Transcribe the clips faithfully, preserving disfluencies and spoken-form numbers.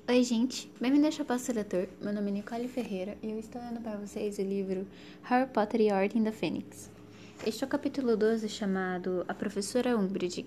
Oi, gente. Bem-vindo ao Chapéu Seletor. Meu nome é Nicole Ferreira e eu estou lendo para vocês o livro Harry Potter e a Ordem da Fênix. Este é o capítulo doze, chamado A Professora Umbridge.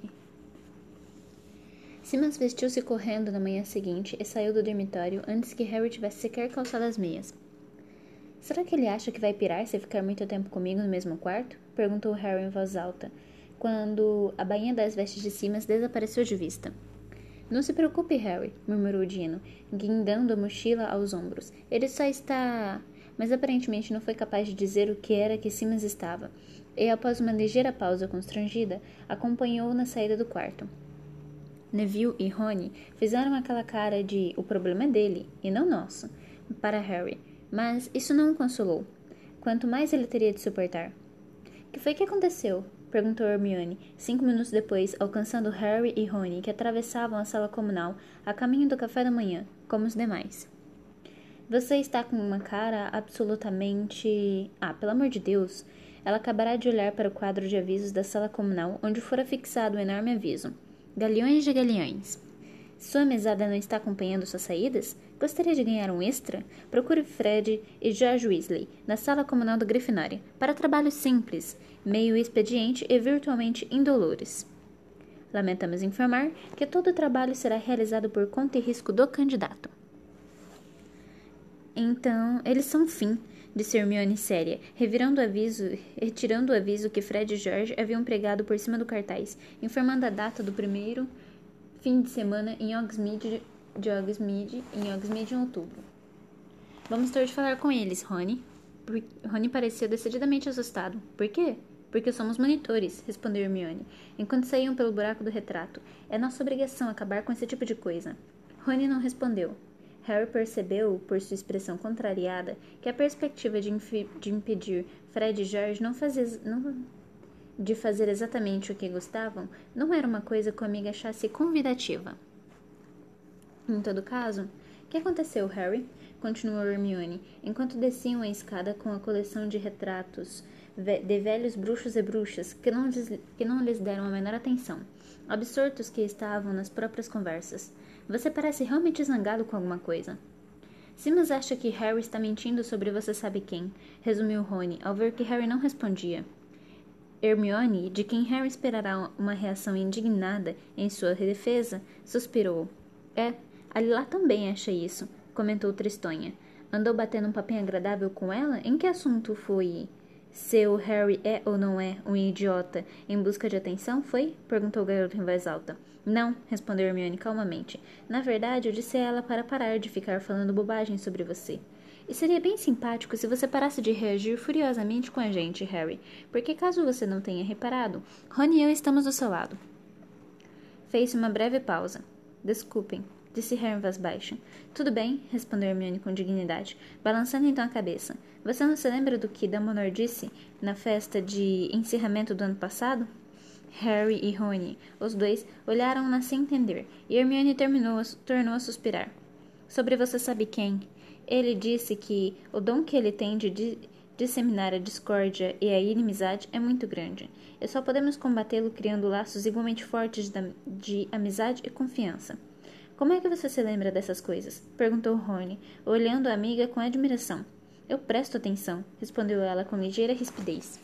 Simmons vestiu-se correndo na manhã seguinte e saiu do dormitório antes que Harry tivesse sequer calçado as meias. Será que ele acha que vai pirar se ficar muito tempo comigo no mesmo quarto? Perguntou Harry em voz alta, quando a bainha das vestes de Simmons desapareceu de vista. Não se preocupe, Harry, murmurou Dino, guindando a mochila aos ombros. Ele só está... Mas aparentemente não foi capaz de dizer o que era que Simmons estava, e após uma ligeira pausa constrangida, acompanhou-o na saída do quarto. Neville e Rony fizeram aquela cara de o problema é dele, e não nosso, para Harry, mas isso não o consolou. Quanto mais ele teria de suportar. Que foi que aconteceu? Perguntou Hermione, cinco minutos depois, alcançando Harry e Rony, que atravessavam a sala comunal a caminho do café da manhã, como os demais. Você está com uma cara absolutamente... Ah, pelo amor de Deus! Ela acabará de olhar para o quadro de avisos da sala comunal, onde fora fixado o enorme aviso. Galeões de galeões. Sua mesada não está acompanhando suas saídas? Gostaria de ganhar um extra? Procure Fred e George Weasley, na sala comunal da Grifinória, para trabalhos simples, meio expediente e virtualmente indolores. Lamentamos informar que todo o trabalho será realizado por conta e risco do candidato. Então, eles são fim, disse Hermione séria, revirando o aviso, retirando o aviso que Fred e George haviam pregado por cima do cartaz, informando a data do primeiro fim de semana em Hogsmeade, de Hogsmeade, em Hogsmeade em outubro. Vamos ter de falar com eles, Rony. Por... Rony parecia decididamente assustado. Por quê? Porque somos monitores, respondeu Hermione, enquanto saíam pelo buraco do retrato. É nossa obrigação acabar com esse tipo de coisa. Rony não respondeu. Harry percebeu, por sua expressão contrariada, que a perspectiva de, infi... de impedir Fred e George não fazia... Não... de fazer exatamente o que gostavam, não era uma coisa que o amigo achasse convidativa. Em todo caso, o que aconteceu, Harry? Continuou Hermione, enquanto desciam a escada com a coleção de retratos de velhos bruxos e bruxas que não, lhes, que não lhes deram a menor atenção, absortos que estavam nas próprias conversas. Você parece realmente zangado com alguma coisa. Simmons acha que Harry está mentindo sobre você sabe quem, resumiu Rony, ao ver que Harry não respondia. Hermione, de quem Harry esperara uma reação indignada em sua defesa, suspirou. É, a Lila também acha isso, comentou Tristonha. Andou batendo um papinho agradável com ela? Em que assunto foi? Se o Harry é ou não é um idiota em busca de atenção, foi? Perguntou o garoto em voz alta. Não, respondeu Hermione calmamente. Na verdade, eu disse a ela para parar de ficar falando bobagem sobre você. E seria bem simpático se você parasse de reagir furiosamente com a gente, Harry, porque caso você não tenha reparado, Rony e eu estamos do seu lado. Fez-se uma breve pausa. Desculpem, disse Harry em voz baixa. Tudo bem, respondeu Hermione com dignidade, balançando então a cabeça. Você não se lembra do que Dumbledore disse na festa de encerramento do ano passado? Harry e Rony, os dois, olharam-na sem entender, e Hermione terminou, tornou a suspirar. Sobre você sabe quem? Ele disse que o dom que ele tem de disseminar a discórdia e a inimizade é muito grande, e só podemos combatê-lo criando laços igualmente fortes de, de amizade e confiança. Como é que você se lembra dessas coisas? Perguntou Rony, olhando a amiga com admiração. Eu presto atenção, respondeu ela com ligeira rispidez.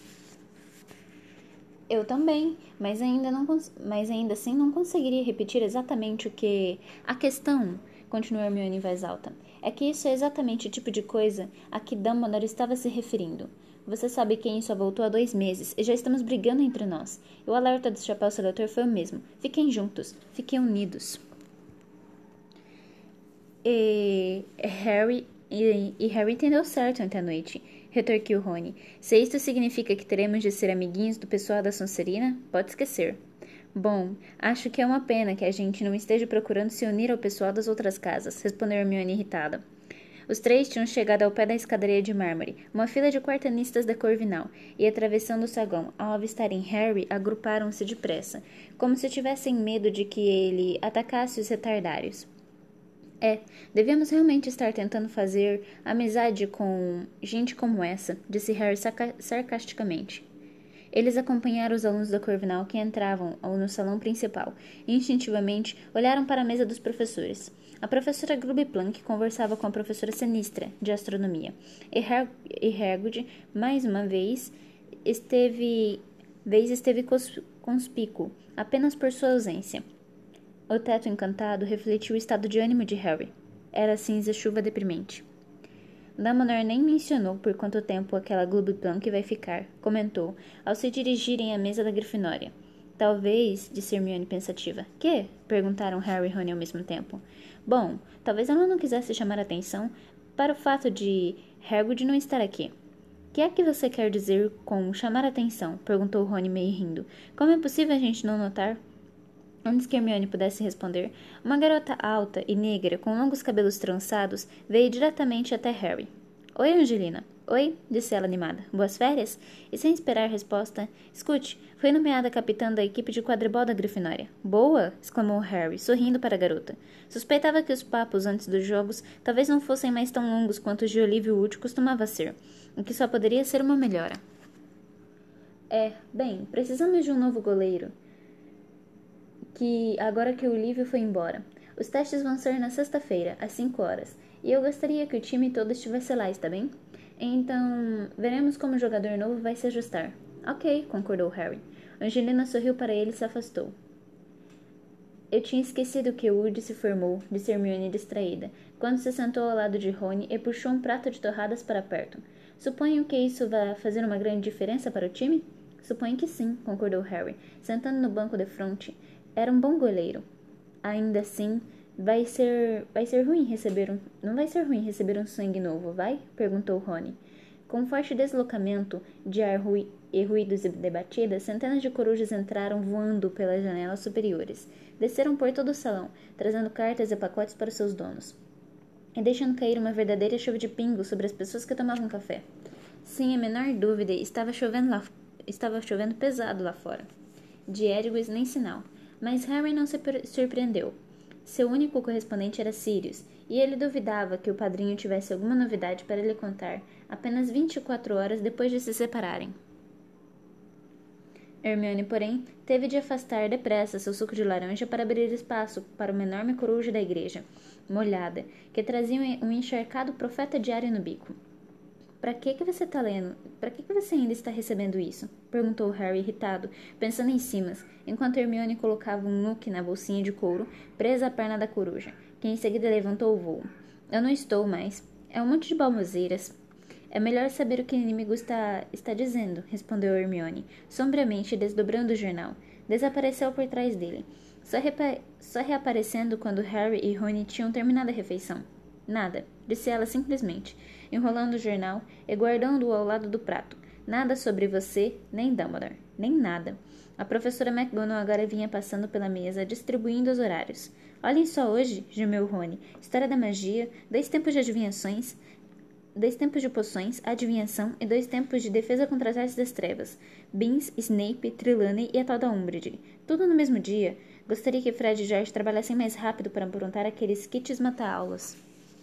Eu também, mas ainda, não, mas ainda assim não conseguiria repetir exatamente o que... A questão, continuou Hermione em voz alta, é que isso é exatamente o tipo de coisa a que Dumbledore estava se referindo. Você sabe que Quem só voltou há dois meses e já estamos brigando entre nós. E o alerta do Chapéu Seletor foi o mesmo. Fiquem juntos, fiquem unidos. E Harry, e, e Harry entendeu certo ontem à noite, retorquiu Rony. Se isto significa que teremos de ser amiguinhos do pessoal da Sonserina, pode esquecer. Bom, acho que é uma pena que a gente não esteja procurando se unir ao pessoal das outras casas, respondeu Hermione irritada. Os três tinham chegado ao pé da escadaria de mármore, uma fila de quartanistas da Corvinal, e atravessando o saguão, ao avistarem Harry, agruparam-se depressa, como se tivessem medo de que ele atacasse os retardários. É, devíamos realmente estar tentando fazer amizade com gente como essa, disse Harry sarcasticamente. Eles acompanharam os alunos da Corvinal que entravam no salão principal e, instintivamente, olharam para a mesa dos professores. A professora Grubiplank conversava com a professora Sinistra, de astronomia, e, Her e Hagrid, mais uma vez, esteve, vez esteve conspícuo, apenas por sua ausência. O teto encantado refletiu o estado de ânimo de Harry. Era cinza chuva deprimente. Dumbledore nem mencionou por quanto tempo aquela Grubiplank vai ficar, comentou, ao se dirigirem à mesa da Grifinória. Talvez, disse Hermione pensativa. Que? Perguntaram Harry e Rony ao mesmo tempo. Bom, talvez ela não quisesse chamar atenção para o fato de Hagrid não estar aqui. Que é que você quer dizer com chamar atenção? Perguntou Rony meio rindo. Como é possível a gente não notar? Antes que Hermione pudesse responder, uma garota alta e negra com longos cabelos trançados veio diretamente até Harry. Oi, Angelina. Oi, disse ela animada. Boas férias? E sem esperar resposta, escute, fui nomeada capitã da equipe de quadribol da Grifinória. Boa! Exclamou Harry, sorrindo para a garota. Suspeitava que os papos antes dos jogos talvez não fossem mais tão longos quanto os de Olívio Wood costumava ser, o que só poderia ser uma melhora. É, bem, precisamos de um novo goleiro. Que agora que o Olívio foi embora. Os testes vão ser na sexta-feira, às cinco horas, e eu gostaria que o time todo estivesse lá, está bem? Então, veremos como o jogador novo vai se ajustar. Ok, concordou Harry. Angelina sorriu para ele e se afastou. Eu tinha esquecido que o Wood se formou, disse Hermione distraída, quando se sentou ao lado de Rony e puxou um prato de torradas para perto. Suponho que isso vai fazer uma grande diferença para o time? Suponho que sim, concordou Harry, sentando no banco de fronte. Era um bom goleiro. Ainda assim, vai ser, vai ser ruim receber um, não vai ser ruim receber um sangue novo, vai? Perguntou Rony. Com um forte deslocamento de ar ru e ruídos de batida, centenas de corujas entraram voando pelas janelas superiores. Desceram por todo o salão, trazendo cartas e pacotes para seus donos, e deixando cair uma verdadeira chuva de pingos sobre as pessoas que tomavam café. Sem a menor dúvida, estava chovendo, lá, estava chovendo pesado lá fora. De Edwis nem sinal. Mas Harry não se surpreendeu. Seu único correspondente era Sirius, e ele duvidava que o padrinho tivesse alguma novidade para lhe contar apenas vinte e quatro horas depois de se separarem. Hermione, porém, teve de afastar depressa seu suco de laranja para abrir espaço para uma enorme coruja da igreja, molhada, que trazia um encharcado profeta diário no bico. Pra que que você tá lendo? Pra que que você ainda está recebendo isso? Perguntou Harry irritado, pensando em Simas, enquanto Hermione colocava um nuque na bolsinha de couro presa à perna da coruja, que em seguida levantou o voo. Eu não estou mais. É um monte de balbuzeiras. É melhor saber o que o inimigo está, está dizendo, respondeu Hermione, sombriamente desdobrando o jornal. Desapareceu por trás dele, só, só reaparecendo quando Harry e Rony tinham terminado a refeição. Nada, disse ela simplesmente, enrolando o jornal e guardando-o ao lado do prato. Nada sobre você, nem Dumbledore, nem nada. A professora McGonagall agora vinha passando pela mesa, distribuindo os horários. Olhem só hoje, gemeu Rony. História da magia, dois tempos de adivinhações, dois tempos de poções, adivinhação e dois tempos de defesa contra as artes das trevas. Beans, Snape, Trelawney e a tal da Umbridge. Tudo no mesmo dia. Gostaria que Fred e George trabalhassem mais rápido para aprontar aqueles kits mata-aulas.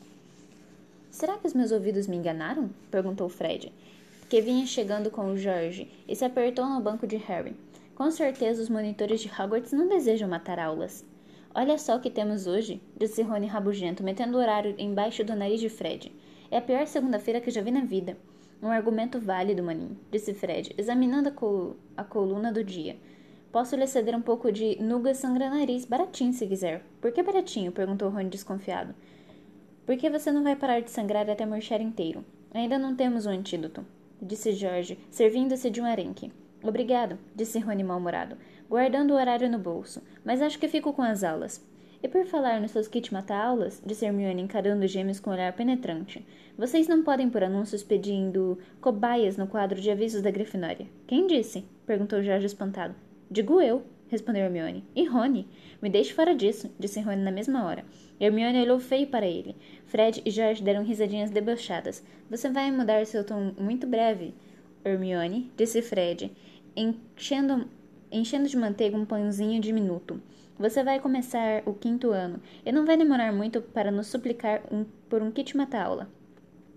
Será que os meus ouvidos me enganaram? Perguntou Fred, que vinha chegando com o George, e se apertou no banco de Harry. Com certeza os monitores de Hogwarts não desejam matar aulas. Olha só o que temos hoje, disse Rony rabugento, metendo o horário embaixo do nariz de Fred. É a pior segunda-feira que já vi na vida. Um argumento válido, maninho, disse Fred, examinando a, col a coluna do dia. Posso lhe ceder um pouco de nuga sangra-nariz, baratinho se quiser. Por que baratinho? Perguntou Rony desconfiado. Porque você não vai parar de sangrar até murchar inteiro. Ainda não temos um antídoto, disse George, servindo-se de um arenque. Obrigado, disse Rony mal-humorado, guardando o horário no bolso, mas acho que fico com as aulas. E por falar nos seus kits mata-aulas, disse Hermione encarando os gêmeos com um olhar penetrante, vocês não podem pôr anúncios pedindo cobaias no quadro de avisos da Grifinória. Quem disse? Perguntou George espantado. Digo eu, respondeu Hermione. E Rony? Me deixe fora disso, disse Rony na mesma hora. Hermione olhou feio para ele. Fred e George deram risadinhas debochadas. Você vai mudar seu tom muito breve, Hermione, disse Fred, enchendo, enchendo de manteiga um pãozinho diminuto. Você vai começar o quinto ano, e não vai demorar muito para nos suplicar um, por um kit mata-aula.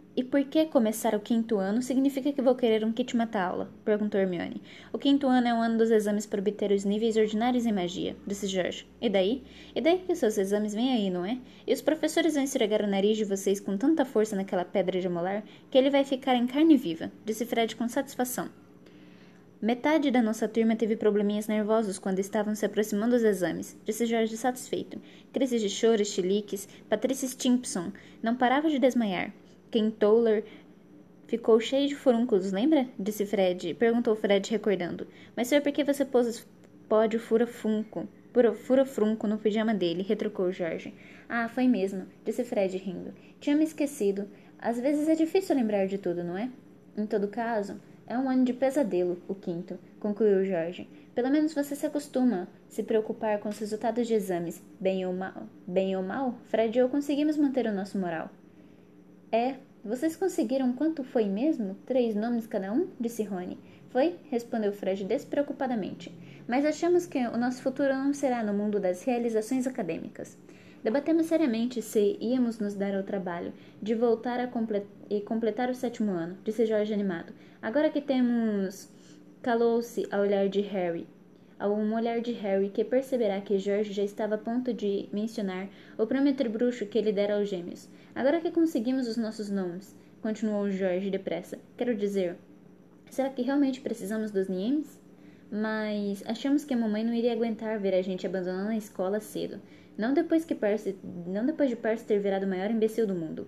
E por que começar o quinto ano significa que vou querer um kit mata-aula? Perguntou Hermione. O quinto ano é o ano dos exames para obter os níveis ordinários em magia, disse George. E daí? E daí que os seus exames vêm aí, não é? E os professores vão esfregar o nariz de vocês com tanta força naquela pedra de molar que ele vai ficar em carne viva, disse Fred com satisfação. Metade da nossa turma teve probleminhas nervosos quando estavam se aproximando dos exames, disse George satisfeito. Crises de choro, chiliques, Patrícia Stimpson não parava de desmaiar. Ken Toller ficou cheio de furúnculos, lembra? Disse Fred, perguntou Fred recordando. Mas foi porque você pôs pó de fura-funco, fura-frunco no pijama dele, retrucou George. Ah, foi mesmo, disse Fred rindo. Tinha me esquecido. Às vezes é difícil lembrar de tudo, não é? Em todo caso... É um ano de pesadelo, o quinto, concluiu George. Pelo menos você se acostuma a se preocupar com os resultados de exames. Bem ou mal, bem ou mal, Fred e eu conseguimos manter o nosso moral. É, vocês conseguiram quanto foi mesmo? Três nomes cada um? Disse Rony. Foi, respondeu Fred despreocupadamente. Mas achamos que o nosso futuro não será no mundo das realizações acadêmicas. Debatemos seriamente se íamos nos dar ao trabalho de voltar a comple- e completar o sétimo ano, disse George animado. Agora que temos... Calou-se ao olhar de Harry, ao um olhar de Harry que perceberá que George já estava a ponto de mencionar o prêmio tribruxo que ele dera aos gêmeos. Agora que conseguimos os nossos nomes, continuou George depressa. Quero dizer, será que realmente precisamos dos Niemes? Mas achamos que a mamãe não iria aguentar ver a gente abandonando a escola cedo. Não depois, que Percy, não depois de Percy ter virado o maior imbecil do mundo.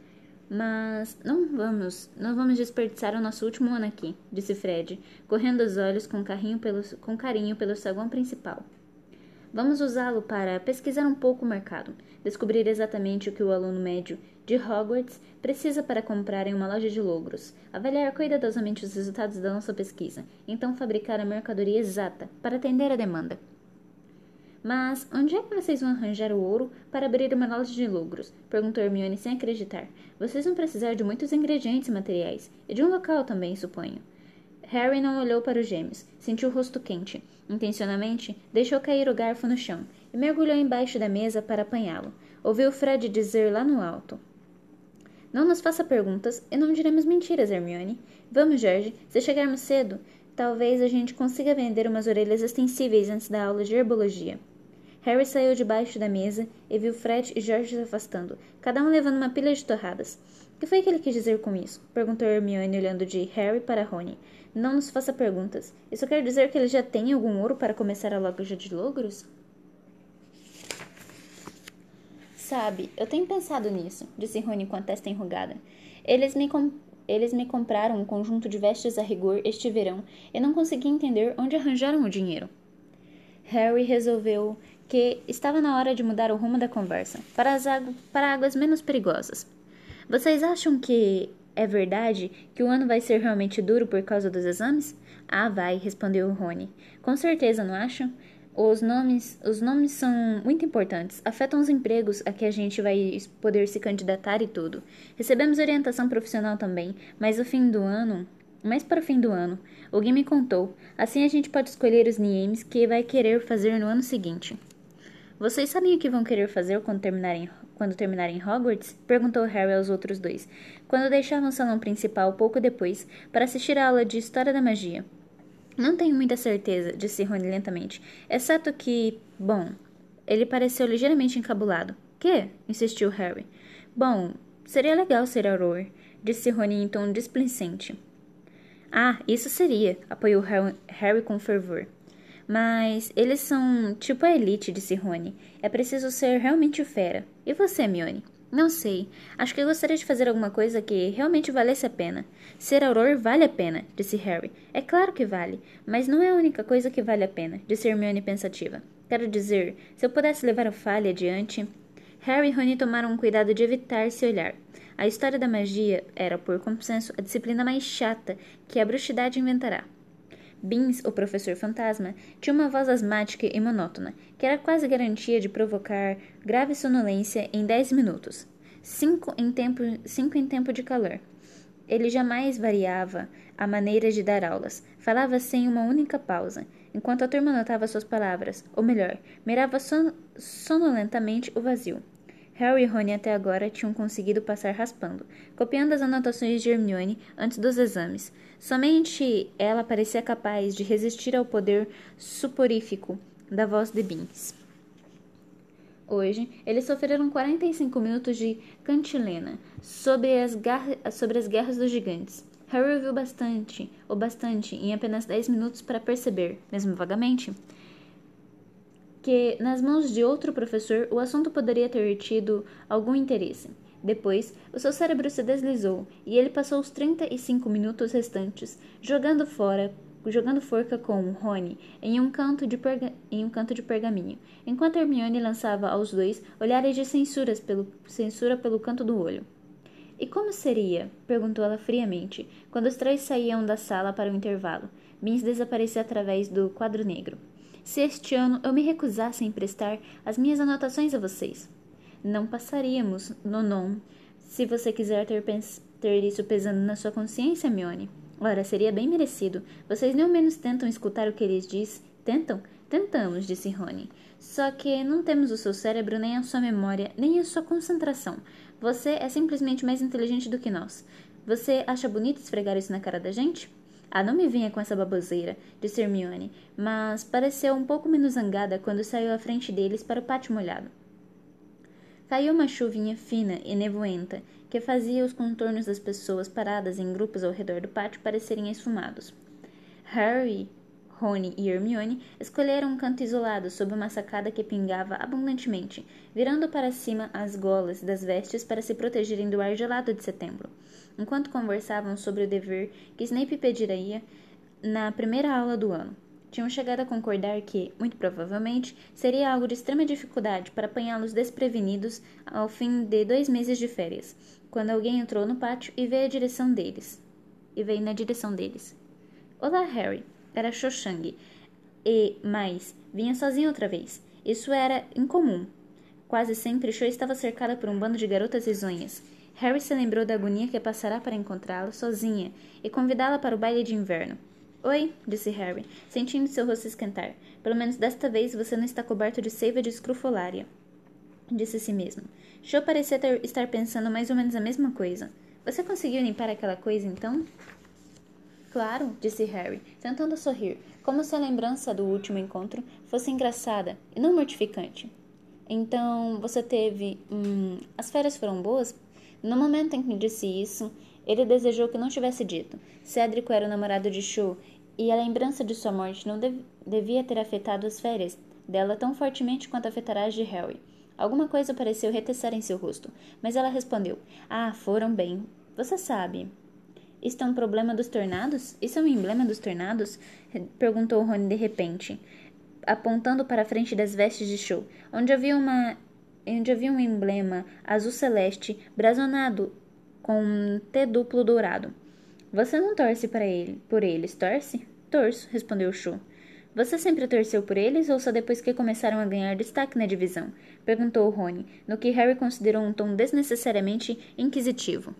Mas não vamos, não vamos desperdiçar o nosso último ano aqui, disse Fred, correndo os olhos com, pelo, com carinho pelo saguão principal. Vamos usá-lo para pesquisar um pouco o mercado, descobrir exatamente o que o aluno médio de Hogwarts precisa para comprar em uma loja de logros, avaliar cuidadosamente os resultados da nossa pesquisa, então fabricar a mercadoria exata para atender a demanda. Mas onde é que vocês vão arranjar o ouro para abrir uma loja de logros? Perguntou Hermione sem acreditar. Vocês vão precisar de muitos ingredientes e materiais, e de um local também, suponho. Harry não olhou para os gêmeos, sentiu o rosto quente. Intencionalmente, deixou cair o garfo no chão e mergulhou embaixo da mesa para apanhá-lo. Ouviu Fred dizer lá no alto. Não nos faça perguntas e não diremos mentiras, Hermione. Vamos, George, se chegarmos cedo, talvez a gente consiga vender umas orelhas extensíveis antes da aula de herbologia. Harry saiu debaixo da mesa e viu Fred e George se afastando, cada um levando uma pilha de torradas. O que foi que ele quis dizer com isso? Perguntou Hermione olhando de Harry para Rony. Não nos faça perguntas. Isso quer dizer que ele já tem algum ouro para começar a loja de logros? Sabe, eu tenho pensado nisso, disse Rony com a testa enrugada. Eles me, com... Eles me compraram um conjunto de vestes a rigor este verão e não consegui entender onde arranjaram o dinheiro. Harry resolveu que estava na hora de mudar o rumo da conversa, para, as águ- para águas menos perigosas. Vocês acham que é verdade que o ano vai ser realmente duro por causa dos exames? Ah, vai, respondeu Rony. Com certeza, não acham? Os nomes, os nomes são muito importantes, afetam os empregos a que a gente vai poder se candidatar e tudo. Recebemos orientação profissional também, mas o fim do ano... Mas para o fim do ano, o Gui me contou. Assim a gente pode escolher os Niemes que vai querer fazer no ano seguinte. Vocês sabem o que vão querer fazer quando terminarem, quando terminarem Hogwarts? Perguntou Harry aos outros dois, quando deixavam o salão principal pouco depois para assistir à aula de História da Magia. Não tenho muita certeza, disse Rony lentamente, exceto que... Bom, ele pareceu ligeiramente encabulado. Que? Insistiu Harry. Bom, seria legal ser Auror, disse Rony em tom displicente. Ah, isso seria, apoiou Harry com fervor. Mas eles são tipo a elite, disse Rony. É preciso ser realmente fera. E você, Hermione? Não sei. Acho que gostaria de fazer alguma coisa que realmente valesse a pena. Ser Auror vale a pena, disse Harry. É claro que vale, mas não é a única coisa que vale a pena, disse Hermione pensativa. Quero dizer, se eu pudesse levar o Fale adiante... Harry e Rony tomaram cuidado de evitar se olhar. A história da magia era, por consenso, a disciplina mais chata que a bruxidade inventará. Beans, o professor fantasma, tinha uma voz asmática e monótona, que era quase garantia de provocar grave sonolência em dez minutos. Cinco em tempo, cinco em tempo de calor. Ele jamais variava a maneira de dar aulas. Falava sem uma única pausa, enquanto a turma notava suas palavras, ou melhor, mirava son sonolentamente o vazio. Harry e Rony até agora tinham conseguido passar raspando, copiando as anotações de Hermione antes dos exames. Somente ela parecia capaz de resistir ao poder suporífico da voz de Binks. Hoje, eles sofreram quarenta e cinco minutos de cantilena sobre as, sobre as guerras dos gigantes. Harry ouviu bastante, ou bastante, em apenas dez minutos para perceber, mesmo vagamente, que nas mãos de outro professor o assunto poderia ter tido algum interesse. Depois, o seu cérebro se deslizou e ele passou os trinta e cinco minutos restantes jogando fora, jogando forca com Rony em um canto de, perga, em um canto de pergaminho, enquanto Hermione lançava aos dois olhares de censuras pelo, censura pelo canto do olho. E como seria? Perguntou ela friamente, quando os três saíam da sala para o intervalo. Binks desapareceu através do quadro negro. Se este ano eu me recusasse a emprestar as minhas anotações a vocês. Não passaríamos no non, se você quiser ter, ter isso pesando na sua consciência, Hermione. Ora, seria bem merecido. Vocês nem ao menos tentam escutar o que eles diz. Tentam? Tentamos, disse Rony. Só que não temos o seu cérebro, nem a sua memória, nem a sua concentração. Você é simplesmente mais inteligente do que nós. Você acha bonito esfregar isso na cara da gente? Ah, não me venha com essa baboseira, disse Hermione, mas pareceu um pouco menos zangada quando saiu à frente deles para o pátio molhado. Caiu uma chuvinha fina e nevoenta, que fazia os contornos das pessoas paradas em grupos ao redor do pátio parecerem esfumados. Harry, Rony e Hermione escolheram um canto isolado sob uma sacada que pingava abundantemente, virando para cima as golas das vestes para se protegerem do ar gelado de setembro, enquanto conversavam sobre o dever que Snape pediria na primeira aula do ano. Tinham chegado a concordar que, muito provavelmente, seria algo de extrema dificuldade para apanhá-los desprevenidos ao fim de dois meses de férias, quando alguém entrou no pátio e veio a direção deles. E veio na direção deles. Olá, Harry. Era Cho Chang. E, mais, vinha sozinha outra vez. Isso era incomum. Quase sempre, Cho estava cercada por um bando de garotas risonhas. Harry se lembrou da agonia que passará para encontrá-la sozinha e convidá-la para o baile de inverno. Oi, disse Harry, sentindo seu rosto esquentar. Pelo menos desta vez você não está coberto de seiva de escrofolária. Disse a si mesmo. Cho parecia ter, estar pensando mais ou menos a mesma coisa. Você conseguiu limpar aquela coisa, então? Claro, disse Harry, tentando sorrir, como se a lembrança do último encontro fosse engraçada e não mortificante. Então, você teve... Hum, as férias foram boas? No momento em que disse isso, ele desejou que não tivesse dito. Cédrico era o namorado de Cho, e a lembrança de sua morte não dev- devia ter afetado as férias dela tão fortemente quanto afetará as de Harry. Alguma coisa pareceu retecer em seu rosto, mas ela respondeu, ah, foram bem. Você sabe... Isto é um problema dos tornados? Isso é um emblema dos tornados? Perguntou Rony de repente, apontando para a frente das vestes de Cho, onde havia uma... onde havia um emblema azul celeste brasonado com um T duplo dourado. Você não torce para ele, por eles, torce? Torço, respondeu Cho. Você sempre torceu por eles ou só depois que começaram a ganhar destaque na divisão? Perguntou Rony, no que Harry considerou um tom desnecessariamente inquisitivo.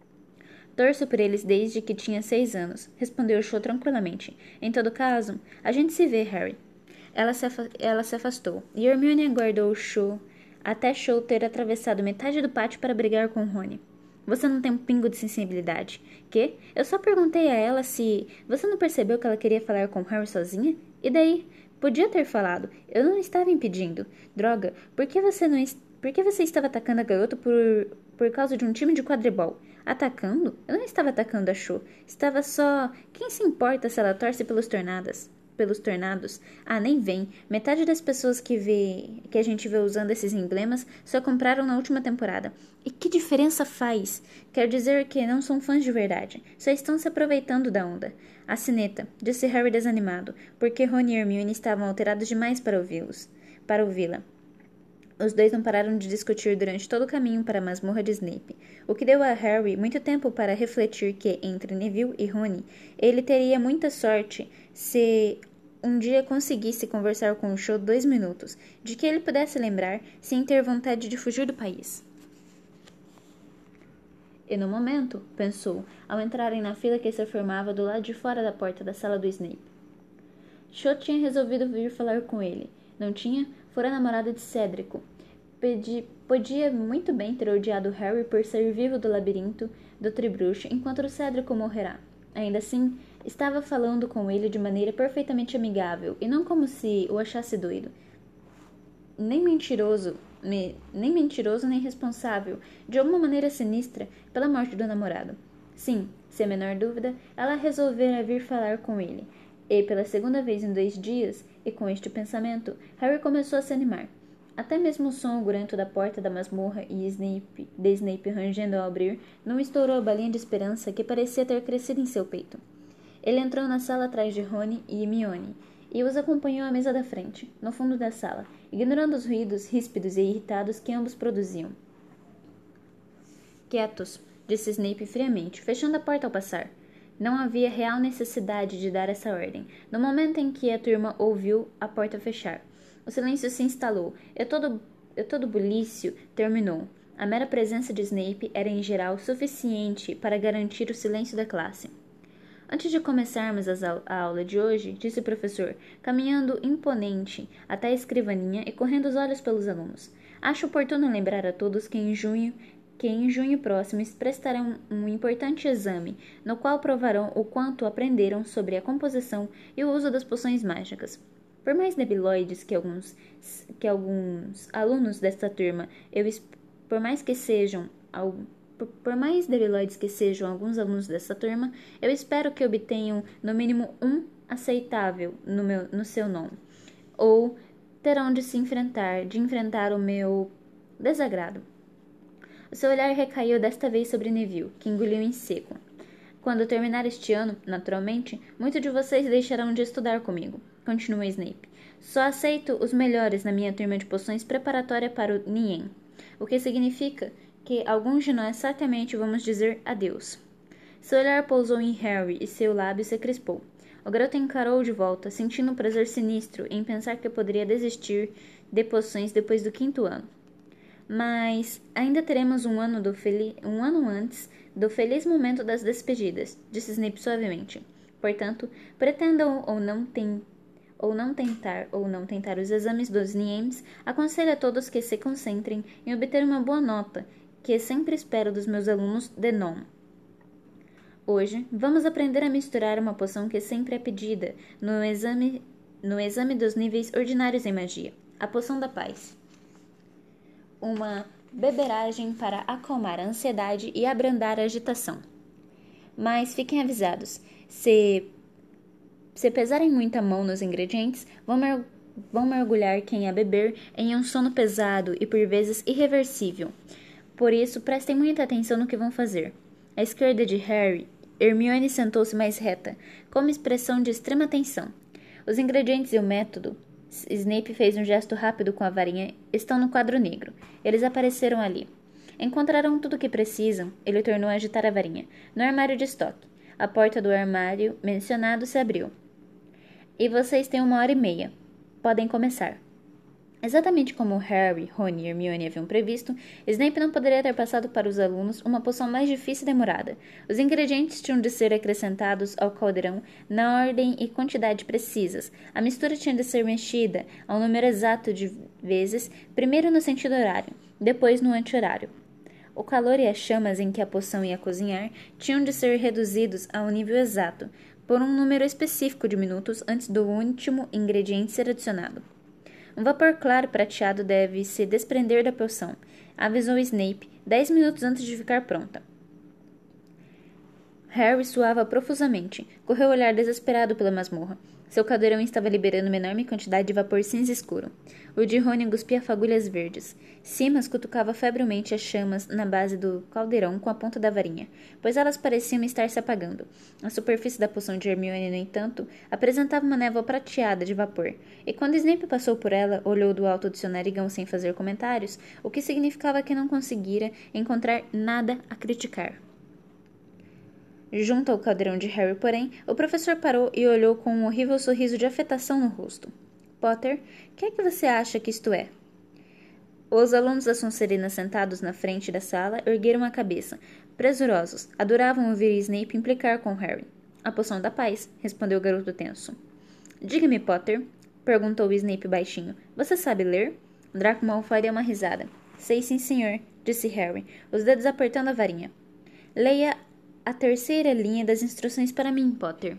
Torço por eles desde que tinha seis anos, respondeu Cho tranquilamente. Em todo caso, a gente se vê, Harry. Ela se, ela se afastou, e Hermione aguardou Cho até Cho ter atravessado metade do pátio para brigar com Rony. Você não tem um pingo de sensibilidade. Que? Eu só perguntei a ela se... Você não percebeu que ela queria falar com Harry sozinha? E daí? Podia ter falado. Eu não estava impedindo. Droga, por que você não... Por que você estava atacando a garota por... por causa de um time de quadribol? Atacando? Eu não estava atacando a Cho. Estava só... Quem se importa se ela torce pelos tornados? Pelos tornados? Ah, nem vem. Metade das pessoas que, vê, que a gente vê usando esses emblemas só compraram na última temporada. E que diferença faz? Quer dizer que não são fãs de verdade. Só estão se aproveitando da onda. A sineta, disse Harry desanimado, porque Rony e Hermione estavam alterados demais para ouvi-los. Para ouvi-la. Os dois não pararam de discutir durante todo o caminho para a masmorra de Snape, o que deu a Harry muito tempo para refletir que, entre Neville e Rony, ele teria muita sorte se um dia conseguisse conversar com o Cho dois minutos, de que ele pudesse lembrar sem ter vontade de fugir do país. E no momento, pensou, ao entrarem na fila que se formava do lado de fora da porta da sala do Snape. Cho tinha resolvido vir falar com ele. Não tinha? Fora namorada de Cédrico. Pedi, Podia muito bem ter odiado Harry por ser vivo do labirinto do Tribruxo enquanto o Cédrico morrerá. Ainda assim, estava falando com ele de maneira perfeitamente amigável, e não como se o achasse doido. Nem mentiroso, me, nem mentiroso nem responsável, de alguma maneira sinistra, pela morte do namorado. Sim, sem a menor dúvida, ela resolvera vir falar com ele. E, pela segunda vez em dois dias, e com este pensamento, Harry começou a se animar. Até mesmo o som agulhento da porta da masmorra e Snape, de Snape rangendo ao abrir não estourou a balinha de esperança que parecia ter crescido em seu peito. Ele entrou na sala atrás de Rony e Hermione e os acompanhou à mesa da frente, no fundo da sala, ignorando os ruídos ríspidos e irritados que ambos produziam. Quietos, disse Snape friamente, fechando a porta ao passar. Não havia real necessidade de dar essa ordem, no momento em que a turma ouviu a porta fechar. O silêncio se instalou, e todo, e todo bulício terminou. A mera presença de Snape era, em geral, suficiente para garantir o silêncio da classe. Antes de começarmos a aula de hoje, disse o professor, caminhando imponente até a escrivaninha e correndo os olhos pelos alunos, acho oportuno lembrar a todos que em junho, que em junho próximo prestarão um importante exame, no qual provarão o quanto aprenderam sobre a composição e o uso das poções mágicas. Por mais debilóides que alguns, que alguns alunos desta turma, eu, por mais que sejam, por, por mais debilóides que sejam alguns alunos desta turma, eu espero que obtenham no mínimo um aceitável no, meu, no seu nome, ou terão de se enfrentar, de enfrentar o meu desagrado. O seu olhar recaiu desta vez sobre Neville, que engoliu em seco. Quando terminar este ano, naturalmente, muitos de vocês deixarão de estudar comigo. Continuou Snape. Só aceito os melhores na minha turma de poções preparatória para o Nien, o que significa que alguns de nós certamente vamos dizer adeus. Seu olhar pousou em Harry e seu lábio se crispou. O garoto encarou de volta, sentindo um prazer sinistro em pensar que poderia desistir de poções depois do quinto ano. Mas ainda teremos um ano, do fel... um ano antes do feliz momento das despedidas, disse Snape suavemente. Portanto, pretendam ou não tentar ou não tentar ou não tentar os exames dos Niems, aconselho a todos que se concentrem em obter uma boa nota, que sempre espero dos meus alunos de Nom. Hoje, vamos aprender a misturar uma poção que sempre é pedida no exame, no exame dos níveis ordinários em magia, a poção da paz. Uma beberagem para acalmar a ansiedade e abrandar a agitação. Mas fiquem avisados, se Se pesarem muita mão nos ingredientes, vão, mer vão mergulhar quem a beber em um sono pesado e por vezes irreversível. Por isso, prestem muita atenção no que vão fazer. À esquerda de Harry, Hermione sentou-se mais reta, com uma expressão de extrema atenção. Os ingredientes e o método, Snape fez um gesto rápido com a varinha, estão no quadro negro. Eles apareceram ali. Encontrarão tudo o que precisam, ele tornou a agitar a varinha, no armário de estoque. A porta do armário mencionado se abriu. E vocês têm uma hora e meia. Podem começar. Exatamente como Harry, Rony e Hermione haviam previsto, Snape não poderia ter passado para os alunos uma poção mais difícil e demorada. Os ingredientes tinham de ser acrescentados ao caldeirão na ordem e quantidade precisas. A mistura tinha de ser mexida ao número exato de vezes, primeiro no sentido horário, depois no anti-horário. O calor e as chamas em que a poção ia cozinhar tinham de ser reduzidos a um nível exato, por um número específico de minutos antes do último ingrediente ser adicionado. Um vapor claro prateado deve se desprender da poção, avisou Snape dez minutos antes de ficar pronta. Harry suava profusamente, correu o olhar desesperado pela masmorra. Seu caldeirão estava liberando uma enorme quantidade de vapor cinza escuro. O de Rony cuspia fagulhas verdes. Simas cutucava febrilmente as chamas na base do caldeirão com a ponta da varinha, pois elas pareciam estar se apagando. A superfície da poção de Hermione, no entanto, apresentava uma névoa prateada de vapor, e quando Snape passou por ela, olhou do alto do seu narigão sem fazer comentários, o que significava que não conseguira encontrar nada a criticar. Junto ao caldeirão de Harry, porém, o professor parou e olhou com um horrível sorriso de afetação no rosto. Potter, o que é que você acha que isto é? Os alunos da Sonserina sentados na frente da sala ergueram a cabeça, presurosos, adoravam ouvir Snape implicar com Harry. A poção da paz, respondeu o garoto tenso. Diga-me, Potter, perguntou Snape baixinho, você sabe ler? Draco Malfoy deu uma risada. Sei sim, senhor, disse Harry, os dedos apertando a varinha. Leia a terceira linha das instruções para mim, Potter.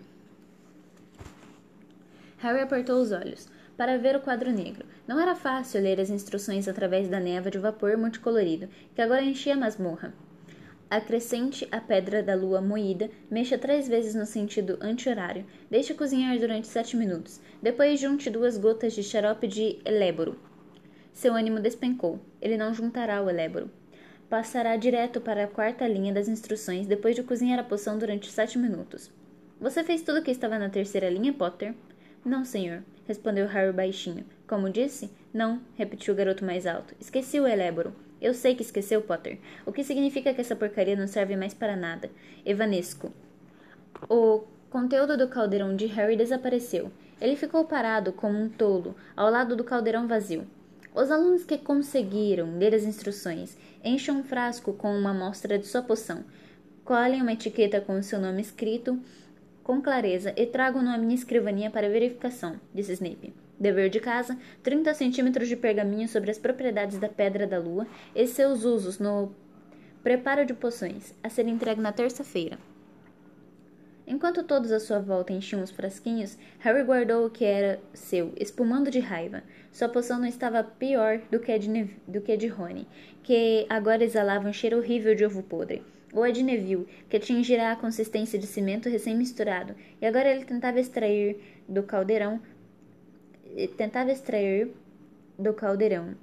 Harry apertou os olhos para ver o quadro negro. Não era fácil ler as instruções através da névoa de vapor multicolorido, que agora enchia a masmorra. Acrescente a pedra da lua moída, mexa três vezes no sentido anti-horário. Deixe cozinhar durante sete minutos. Depois junte duas gotas de xarope de eléboro. Seu ânimo despencou. Ele não juntará o eléboro. Passará direto para a quarta linha das instruções depois de cozinhar a poção durante sete minutos. Você fez tudo o que estava na terceira linha, Potter? Não, senhor, respondeu Harry baixinho. Como disse? Não, repetiu o garoto mais alto. Esqueci o eléboro. Eu sei que esqueceu, Potter. O que significa que essa porcaria não serve mais para nada. Evanesco. O conteúdo do caldeirão de Harry desapareceu. Ele ficou parado como um tolo, ao lado do caldeirão vazio. Os alunos que conseguiram ler as instruções encham um frasco com uma amostra de sua poção. Colhem uma etiqueta com o seu nome escrito com clareza e tragam-no à minha escrivaninha para verificação, disse Snape. Dever de casa, trinta centímetros de pergaminho sobre as propriedades da Pedra da Lua e seus usos no preparo de poções, a ser entregue na terça-feira. Enquanto todos à sua volta enchiam os frasquinhos, Harry guardou o que era seu, espumando de raiva. Sua poção não estava pior do que a de, Nev- do que a de Rony, que agora exalava um cheiro horrível de ovo podre. Ou a de Neville, que atingirá a consistência de cimento recém-misturado, e agora ele tentava extrair do caldeirão tentava extrair do caldeirão.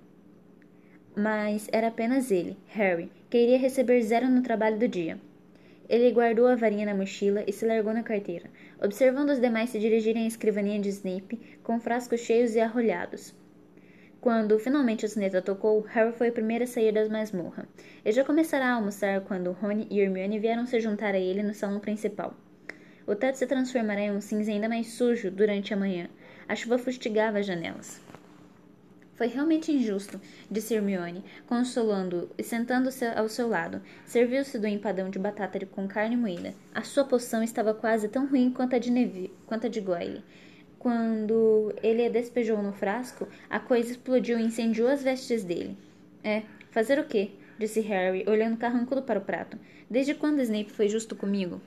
Mas era apenas ele, Harry, que iria receber zero no trabalho do dia. Ele guardou a varinha na mochila e se largou na carteira, observando os demais se dirigirem à escrivaninha de Snape com frascos cheios e arrolhados. Quando finalmente a sineta tocou, Harry foi o primeiro a sair da masmorra. Ele já começara a almoçar quando Rony e Hermione vieram se juntar a ele no salão principal. O teto se transformará em um cinza ainda mais sujo durante a manhã. A chuva fustigava as janelas. Foi realmente injusto, disse Hermione, consolando-o e sentando-se ao seu lado. Serviu-se do empadão de batata com carne moída. A sua poção estava quase tão ruim quanto a de Neville, quanto a de Goyle. Quando ele a despejou no frasco, a coisa explodiu e incendiou as vestes dele. É, fazer o quê? Disse Harry, olhando carrancudo para o prato. Desde quando Snape foi justo comigo?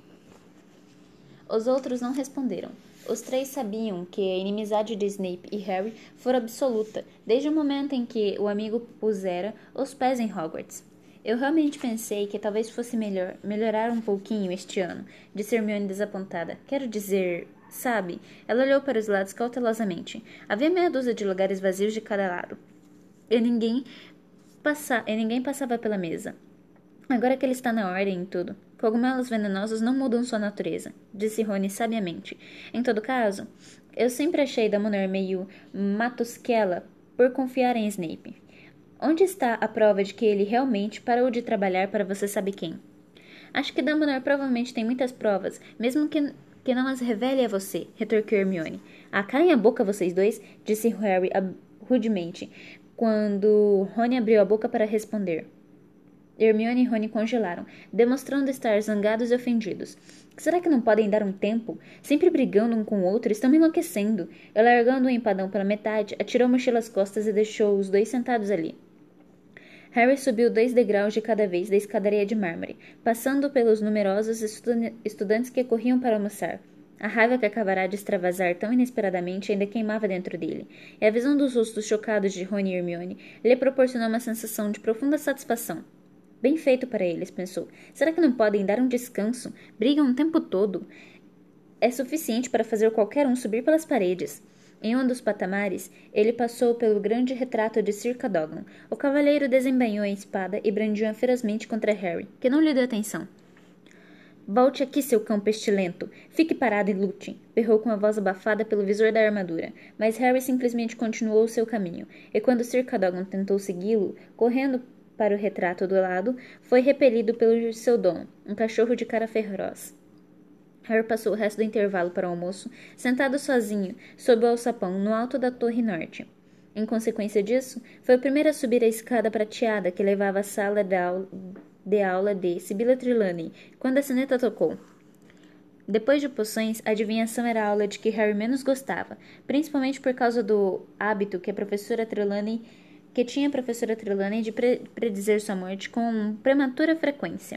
Os outros não responderam. Os três sabiam que a inimizade de Snape e Harry fora absoluta, desde o momento em que o amigo pusera os pés em Hogwarts. Eu realmente pensei que talvez fosse melhor melhorar um pouquinho este ano, disse Hermione desapontada. Quero dizer... Sabe, ela olhou para os lados cautelosamente. Havia meia dúzia de lugares vazios de cada lado. E ninguém, passa... e ninguém passava pela mesa. Agora que ele está na ordem em tudo. Cogumelos venenosos não mudam sua natureza, disse Rony sabiamente. Em todo caso, eu sempre achei Dumbledore meio matusquela por confiar em Snape. Onde está a prova de que ele realmente parou de trabalhar para você sabe quem? Acho que Dumbledore provavelmente tem muitas provas, mesmo que... que não as revele a você, retorquiu Hermione. Ah, calem a boca vocês dois, disse Harry rudemente, quando Rony abriu a boca para responder. Hermione e Rony congelaram, demonstrando estar zangados e ofendidos. Será que não podem dar um tempo? Sempre brigando um com o outro, estão me enlouquecendo. E largando o empadão pela metade, atirou a mochila às costas e deixou os dois sentados ali. Harry subiu dois degraus de cada vez da escadaria de mármore, passando pelos numerosos estu- estudantes que corriam para almoçar. A raiva que acabará de extravasar tão inesperadamente ainda queimava dentro dele, e a visão dos rostos chocados de Rony e Hermione lhe proporcionou uma sensação de profunda satisfação. Bem feito para eles, pensou. Será que não podem dar um descanso? Brigam o tempo todo. É suficiente para fazer qualquer um subir pelas paredes. Em um dos patamares, ele passou pelo grande retrato de Sir Cadogan. O cavalheiro desembainhou a espada e brandiu-a ferozmente contra Harry, que não lhe deu atenção. Volte aqui, seu cão pestilento. Fique parado e lute, berrou com a voz abafada pelo visor da armadura. Mas Harry simplesmente continuou o seu caminho, e quando Sir Cadogan tentou segui-lo, correndo para o retrato do lado, foi repelido pelo seu dono, um cachorro de cara feroz. Harry passou o resto do intervalo para o almoço, sentado sozinho, sob o alçapão, no alto da torre norte. Em consequência disso, foi o primeiro a subir a escada prateada que levava à sala de aula de, aula de Sibylla Trelawney, quando a sineta tocou. Depois de poções, a adivinhação era a aula de que Harry menos gostava, principalmente por causa do hábito que a professora Trelawney que tinha a professora Trelawney de pre predizer sua morte com prematura frequência.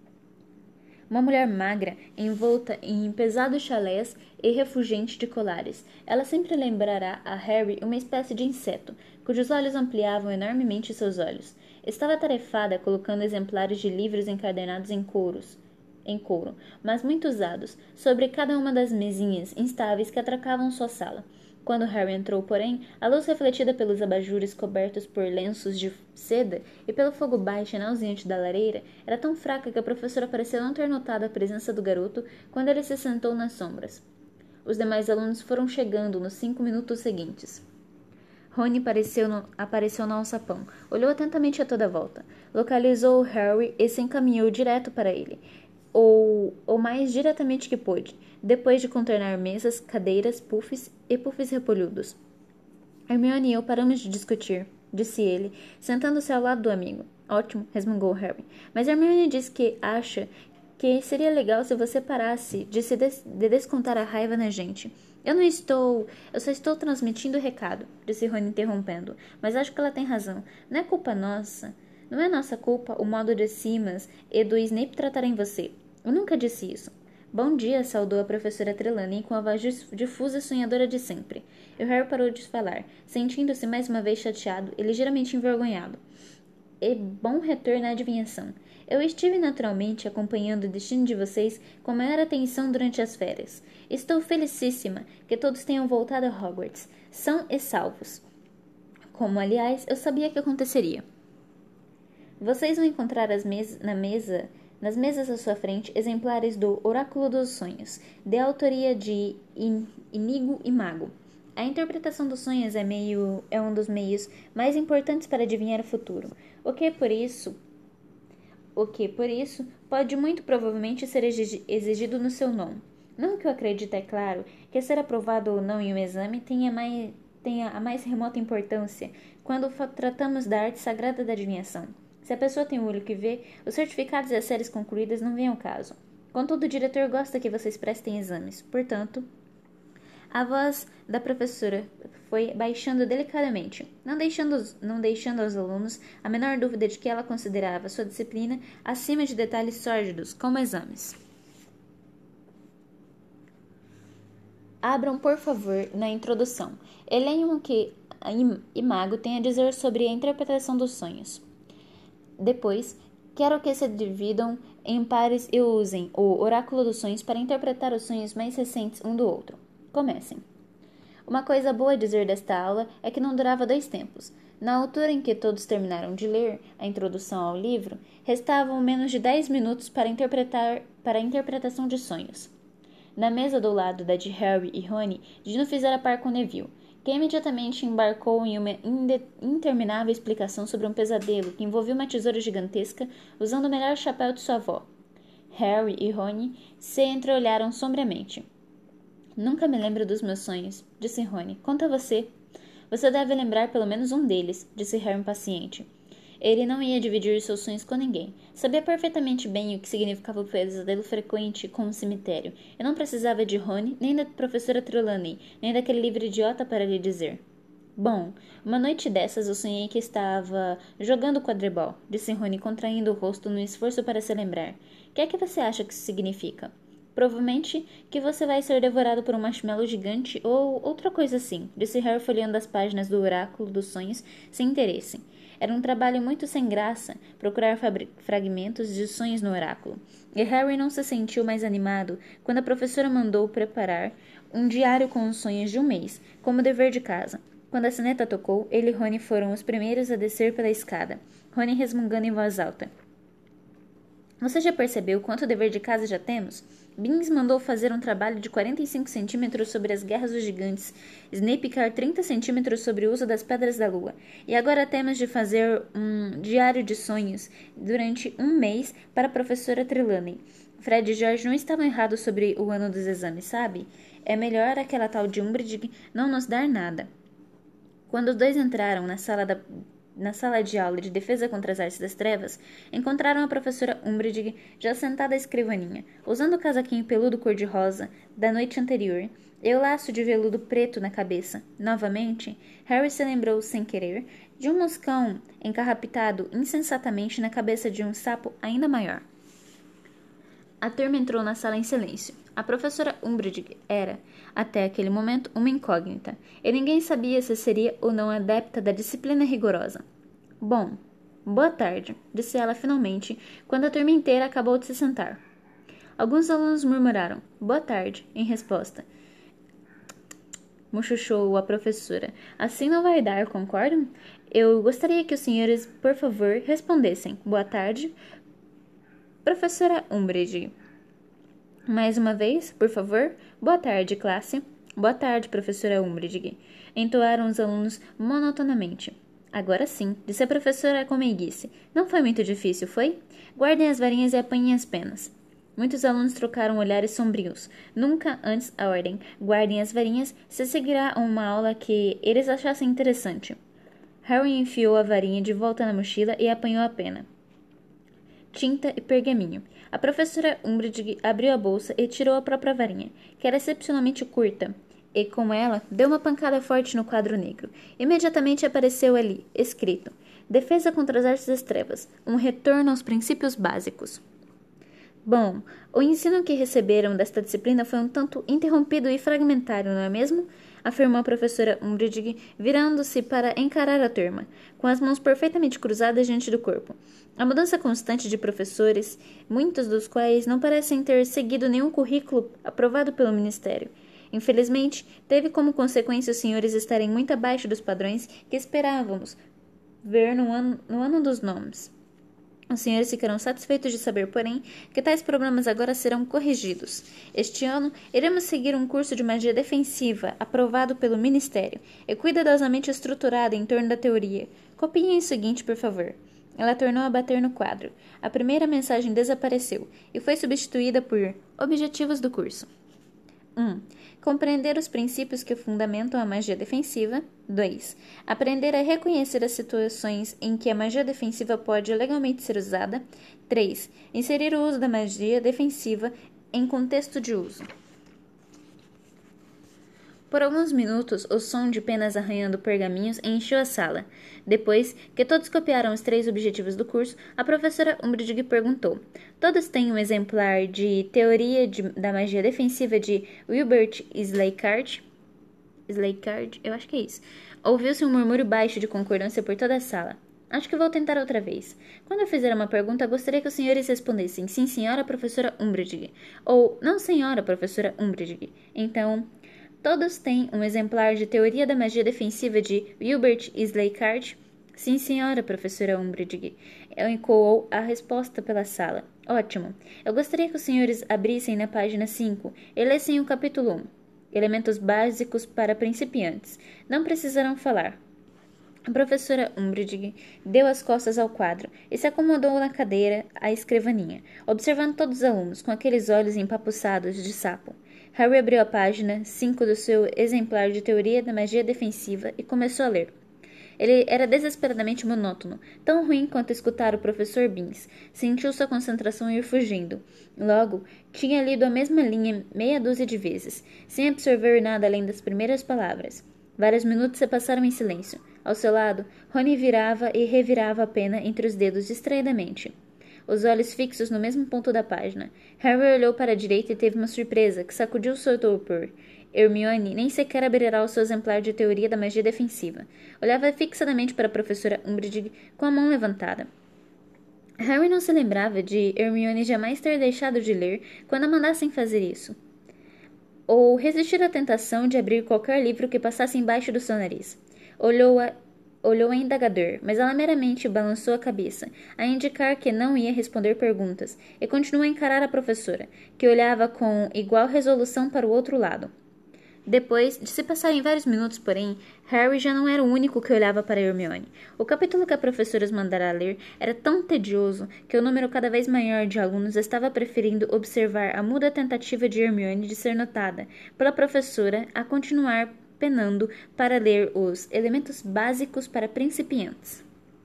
Uma mulher magra, envolta em pesados chalés e refulgente de colares. Ela sempre lembrará a Harry uma espécie de inseto, cujos olhos ampliavam enormemente seus olhos. Estava atarefada colocando exemplares de livros encadernados em couros, em couro, mas muito usados, sobre cada uma das mesinhas instáveis que atracavam sua sala. Quando Harry entrou, porém, a luz refletida pelos abajures cobertos por lenços de seda e pelo fogo baixo e nauseante da lareira era tão fraca que a professora parecia não ter notado a presença do garoto quando ele se sentou nas sombras. Os demais alunos foram chegando nos cinco minutos seguintes. Rony apareceu no, apareceu no alçapão, olhou atentamente a toda a volta, localizou Harry e se encaminhou direto para ele, ou o mais diretamente que pôde, depois de contornar mesas, cadeiras, puffs e puffs repolhudos. Hermione e eu paramos de discutir, disse ele, sentando-se ao lado do amigo. Ótimo, resmungou Harry, mas Hermione disse que acha que seria legal se você parasse de se des de descontar a raiva na gente. Eu não estou... Eu só estou transmitindo o recado, disse Rony interrompendo, mas acho que ela tem razão. Não é culpa nossa. Não é nossa culpa o modo de Simas e do Snape tratarem você. Eu nunca disse isso. Bom dia, saudou a professora Trelawney com a voz difusa e sonhadora de sempre. E o Harry parou de falar, sentindo-se mais uma vez chateado e ligeiramente envergonhado. E bom retorno à adivinhação. Eu estive naturalmente acompanhando o destino de vocês com a maior atenção durante as férias. Estou felicíssima que todos tenham voltado a Hogwarts, são e salvos. Como, aliás, eu sabia que aconteceria. Vocês vão encontrar as mes na mesa... Nas mesas à sua frente, exemplares do Oráculo dos Sonhos, de autoria de In Inigo e Mago. A interpretação dos sonhos é, meio, é um dos meios mais importantes para adivinhar o futuro, o que, por isso, o que, por isso, pode muito provavelmente ser exigido no seu nome. Não que eu acredite, é claro, que ser aprovado ou não em um exame tenha, mais, tenha a mais remota importância quando tratamos da arte sagrada da adivinhação. Se a pessoa tem o olho que vê, os certificados e as séries concluídas não vêm ao caso. Contudo, o diretor gosta que vocês prestem exames. Portanto, a voz da professora foi baixando delicadamente, não deixando, não deixando aos alunos a menor dúvida de que ela considerava sua disciplina acima de detalhes sórdidos, como exames. Abram, por favor, na introdução. E leiam o que Imago tem a dizer sobre a interpretação dos sonhos. Depois, quero que se dividam em pares e usem o Oráculo dos Sonhos para interpretar os sonhos mais recentes um do outro. Comecem. Uma coisa boa a dizer desta aula é que não durava dois tempos. Na altura em que todos terminaram de ler a introdução ao livro, restavam menos de dez minutos para, interpretar, para a interpretação de sonhos. Na mesa do lado da de Harry e Rony, Dino fizera par com Neville, que imediatamente embarcou em uma interminável explicação sobre um pesadelo que envolvia uma tesoura gigantesca usando o melhor chapéu de sua avó. Harry e Rony se entreolharam sombriamente. Nunca me lembro dos meus sonhos, disse Rony. Conta você. Você deve lembrar pelo menos um deles, disse Harry impaciente. Ele não ia dividir seus sonhos com ninguém. Sabia perfeitamente bem o que significava o pesadelo frequente com o cemitério. E não precisava de Rony, nem da professora Trelawney, nem daquele livro idiota para lhe dizer. Bom, uma noite dessas eu sonhei que estava jogando quadribol, disse Rony, contraindo o rosto num esforço para se lembrar. O que é que você acha que isso significa? Provavelmente que você vai ser devorado por um marshmallow gigante ou outra coisa assim, disse Harry folheando as páginas do Oráculo dos Sonhos sem interesse. Era um trabalho muito sem graça procurar fragmentos de sonhos no oráculo, e Harry não se sentiu mais animado quando a professora mandou preparar um diário com os sonhos de um mês, como dever de casa. Quando a sineta tocou, ele e Rony foram os primeiros a descer pela escada, Rony resmungando em voz alta. Você já percebeu quanto dever de casa já temos? Binns mandou fazer um trabalho de quarenta e cinco centímetros sobre as guerras dos gigantes, Snape quer trinta centímetros sobre o uso das pedras da lua, e agora temos de fazer um diário de sonhos durante um mês para a professora Trelawney. Fred e George não estavam errados sobre o ano dos exames, sabe? É melhor aquela tal de Umbridge não nos dar nada. Quando os dois entraram na sala da... Na sala de aula de defesa contra as artes das trevas, encontraram a professora Umbridge já sentada à escrivaninha, usando o casaquinho peludo cor-de-rosa da noite anterior e o laço de veludo preto na cabeça. Novamente, Harry se lembrou, sem querer, de um moscão encarrapitado insensatamente na cabeça de um sapo ainda maior. A turma entrou na sala em silêncio. A professora Umbridge era, até aquele momento, uma incógnita, e ninguém sabia se seria ou não adepta da disciplina rigorosa. Bom, boa tarde, disse ela finalmente, quando a turma inteira acabou de se sentar. Alguns alunos murmuraram, boa tarde, em resposta. Muxuxou a professora. Assim não vai dar, concordam? Eu gostaria que os senhores, por favor, respondessem. Boa tarde, professora Umbridge. Mais uma vez, por favor. Boa tarde, classe. Boa tarde, professora Umbridge. Entoaram os alunos monotonamente. Agora sim, disse a professora com meiguice. Não foi muito difícil, foi? Guardem as varinhas e apanhem as penas. Muitos alunos trocaram olhares sombrios. Nunca antes a ordem. Guardem as varinhas, se seguirá uma aula que eles achassem interessante. Harry enfiou a varinha de volta na mochila e apanhou a pena, tinta e pergaminho. A professora Umbridge abriu a bolsa e tirou a própria varinha, que era excepcionalmente curta, e com ela deu uma pancada forte no quadro negro. Imediatamente apareceu ali, escrito: Defesa contra as artes das trevas, um retorno aos princípios básicos. Bom, o ensino que receberam desta disciplina foi um tanto interrompido e fragmentário, não é mesmo? Afirmou a professora Umbridge, virando-se para encarar a turma, com as mãos perfeitamente cruzadas diante do corpo. A mudança constante de professores, muitos dos quais não parecem ter seguido nenhum currículo aprovado pelo Ministério. Infelizmente, teve como consequência os senhores estarem muito abaixo dos padrões que esperávamos ver no ano, no ano dos nomes. Os senhores ficarão satisfeitos de saber, porém, que tais problemas agora serão corrigidos. Este ano, iremos seguir um curso de magia defensiva, aprovado pelo Ministério, e cuidadosamente estruturado em torno da teoria. Copiem o seguinte, por favor. Ela tornou a bater no quadro. A primeira mensagem desapareceu, e foi substituída por Objetivos do curso. um. Compreender os princípios que fundamentam a magia defensiva. dois. Aprender a reconhecer as situações em que a magia defensiva pode legalmente ser usada. três. Inserir o uso da magia defensiva em contexto de uso. Por alguns minutos, o som de penas arranhando pergaminhos encheu a sala. Depois que todos copiaram os três objetivos do curso, a professora Umbridge perguntou: Todos têm um exemplar de Teoria de, da Magia Defensiva de Wilbert Slaycard? Slaycard? Eu acho que é isso. Ouviu-se um murmúrio baixo de concordância por toda a sala. Acho que vou tentar outra vez. Quando eu fizer uma pergunta, gostaria que os senhores respondessem sim, senhora professora Umbridge, ou não, senhora professora Umbridge. Então... Todos têm um exemplar de Teoria da Magia Defensiva de Wilbert Slaycard? Sim, senhora, professora Umbridge. Ecoou a resposta pela sala. Ótimo. Eu gostaria que os senhores abrissem na página cinco e lessem o capítulo um. Elementos básicos para principiantes. Não precisarão falar. A professora Umbridge deu as costas ao quadro e se acomodou na cadeira à escrivaninha, observando todos os alunos com aqueles olhos empapuçados de sapo. Harry abriu a página cinco do seu exemplar de Teoria da Magia Defensiva e começou a ler. Ele era desesperadamente monótono, tão ruim quanto escutar o professor Binns. Sentiu sua concentração ir fugindo. Logo, tinha lido a mesma linha meia dúzia de vezes, sem absorver nada além das primeiras palavras. Vários minutos se passaram em silêncio. Ao seu lado, Rony virava e revirava a pena entre os dedos distraidamente, os olhos fixos no mesmo ponto da página. Harry olhou para a direita e teve uma surpresa que sacudiu seu torpor. Hermione nem sequer abrirá o seu exemplar de Teoria da Magia Defensiva. Olhava fixadamente para a professora Umbridge com a mão levantada. Harry não se lembrava de Hermione jamais ter deixado de ler quando a mandassem fazer isso, ou resistir à tentação de abrir qualquer livro que passasse embaixo do seu nariz. Olhou-a Olhou a indagador, mas ela meramente balançou a cabeça, a indicar que não ia responder perguntas, e continuou a encarar a professora, que olhava com igual resolução para o outro lado. Depois de se passarem vários minutos, porém, Harry já não era o único que olhava para Hermione. O capítulo que a professora os mandara ler era tão tedioso que o número cada vez maior de alunos estava preferindo observar a muda tentativa de Hermione de ser notada pela professora a continuar penando para ler os elementos básicos para principiantes.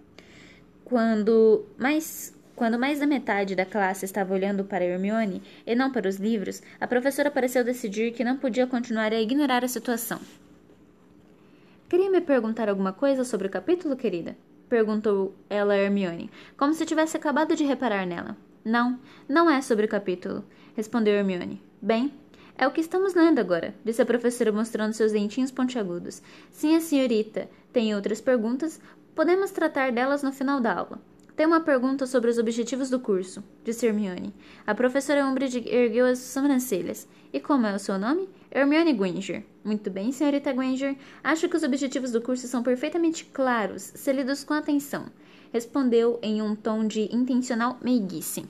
Quando mais, quando mais da metade da classe estava olhando para Hermione e não para os livros, a professora pareceu decidir que não podia continuar a ignorar a situação. Queria me perguntar alguma coisa sobre o capítulo, querida? Perguntou ela a Hermione, como se tivesse acabado de reparar nela. Não, não é sobre o capítulo, respondeu Hermione. Bem, é o que estamos lendo agora, disse a professora mostrando seus dentinhos pontiagudos. Se a senhorita tem outras perguntas, podemos tratar delas no final da aula. Tem uma pergunta sobre os objetivos do curso, disse Hermione. A professora Umbridge ergueu as sobrancelhas. E como é o seu nome? Hermione Granger. Muito bem, senhorita Granger. Acho que os objetivos do curso são perfeitamente claros, se lidos com atenção, respondeu em um tom de intencional meiguice.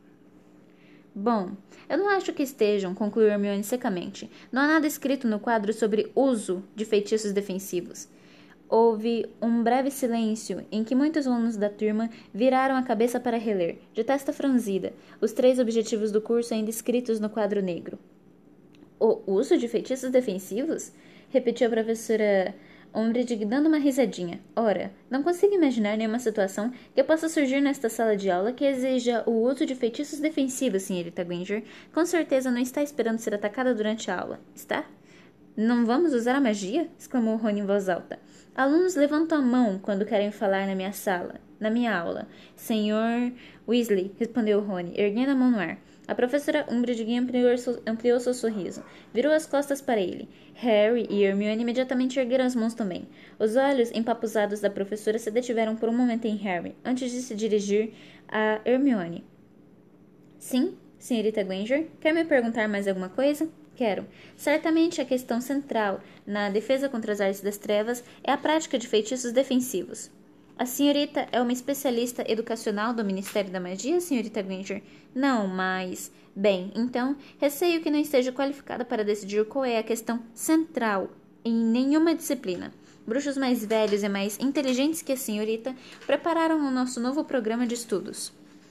Bom, eu não acho que estejam, concluiu Hermione secamente. Não há nada escrito no quadro sobre uso de feitiços defensivos. Houve um breve silêncio em que muitos alunos da turma viraram a cabeça para reler, de testa franzida, os três objetivos do curso ainda escritos no quadro negro. O uso de feitiços defensivos? Repetiu a professora Umbridge dando uma risadinha. Ora, não consigo imaginar nenhuma situação que possa surgir nesta sala de aula que exija o uso de feitiços defensivos, senhorita Granger. Com certeza não está esperando ser atacada durante a aula, está? Não vamos usar a magia? Exclamou Rony em voz alta. Alunos levantam a mão quando querem falar na minha sala, na minha aula. Senhor Weasley, respondeu Rony, erguendo a mão no ar. A professora Umbridge ampliou, ampliou seu sorriso. Virou as costas para ele. Harry e Hermione imediatamente ergueram as mãos também. Os olhos empapuzados da professora se detiveram por um momento em Harry, antes de se dirigir a Hermione. Sim, senhorita Granger, quer me perguntar mais alguma coisa? Quero. Certamente a questão central na defesa contra as artes das trevas é a prática de feitiços defensivos. A senhorita é uma especialista educacional do Ministério da Magia, senhorita Granger? Não, mas... Bem, então, receio que não esteja qualificada para decidir qual é a questão central em nenhuma disciplina. Bruxos mais velhos e mais inteligentes que a senhorita prepararam o nosso novo programa de estudos.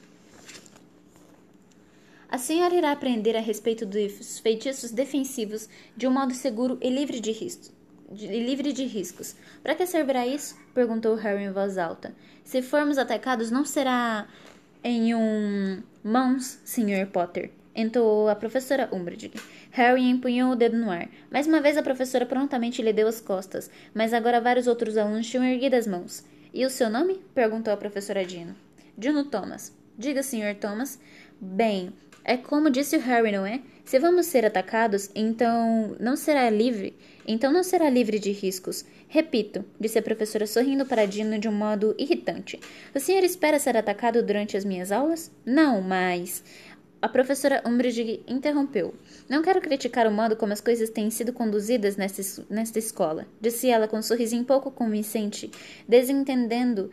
A senhora irá aprender a respeito dos feitiços defensivos de um modo seguro e livre de riscos. De, livre de riscos. Para que servirá isso? Perguntou Harry em voz alta. Se formos atacados, não será em um mãos, senhor Potter, entoou a professora Umbridge. Harry empunhou o dedo no ar. Mais uma vez a professora prontamente lhe deu as costas, mas agora vários outros alunos tinham erguido as mãos. E o seu nome? Perguntou a professora Dino. Dino Thomas. Diga, senhor Thomas. Bem, é como disse o Harry, não é? Se vamos ser atacados, então não será livre. Então não será livre de riscos. Repito, disse a professora sorrindo para Dino de um modo irritante. O senhor espera ser atacado durante as minhas aulas? Não, mas... A professora Umbridge interrompeu. Não quero criticar o modo como as coisas têm sido conduzidas nesta, nesta escola, disse ela com um sorrisinho pouco convincente, desentendendo...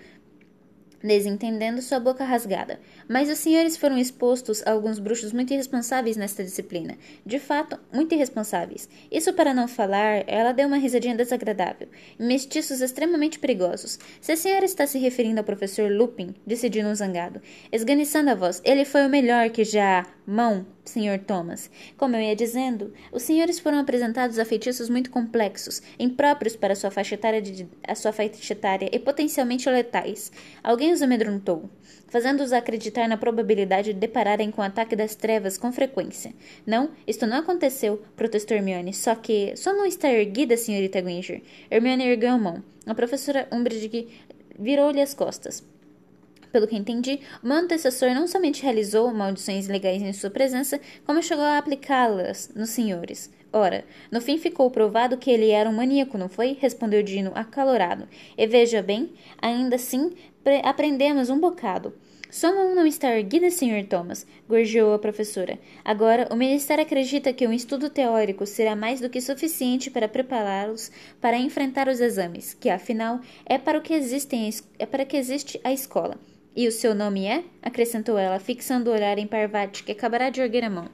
desentendendo sua boca rasgada. Mas os senhores foram expostos a alguns bruxos muito irresponsáveis nesta disciplina. De fato, muito irresponsáveis. Isso para não falar, ela deu uma risadinha desagradável. Mestiços extremamente perigosos. Se a senhora está se referindo ao professor Lupin, disse Dino zangado, esganiçando a voz, ele foi o melhor que já... Mão, senhor Thomas. Como eu ia dizendo, os senhores foram apresentados a feitiços muito complexos, impróprios para a sua faixa etária, de, a sua faixa etária e potencialmente letais. Alguém os amedrontou, fazendo-os acreditar na probabilidade de depararem com o ataque das trevas com frequência. Não, isto não aconteceu, protestou Hermione, só que... Sua mão está erguida, senhorita Granger. Hermione ergueu a mão. A professora Umbridge virou-lhe as costas. Pelo que entendi, o meu antecessor não somente realizou maldições legais em sua presença, como chegou a aplicá-las nos senhores. Ora, no fim ficou provado que ele era um maníaco, não foi? Respondeu Dino, acalorado. E veja bem, ainda assim, aprendemos um bocado. Sua mão não está erguida, senhor Thomas, gorjeou a professora. Agora, o Ministério acredita que um estudo teórico será mais do que suficiente para prepará-los para enfrentar os exames, que, afinal, é para o que existem, é para que existe a escola. E o seu nome é? Acrescentou ela, fixando o olhar em Parvati, que acabará de erguer a mão.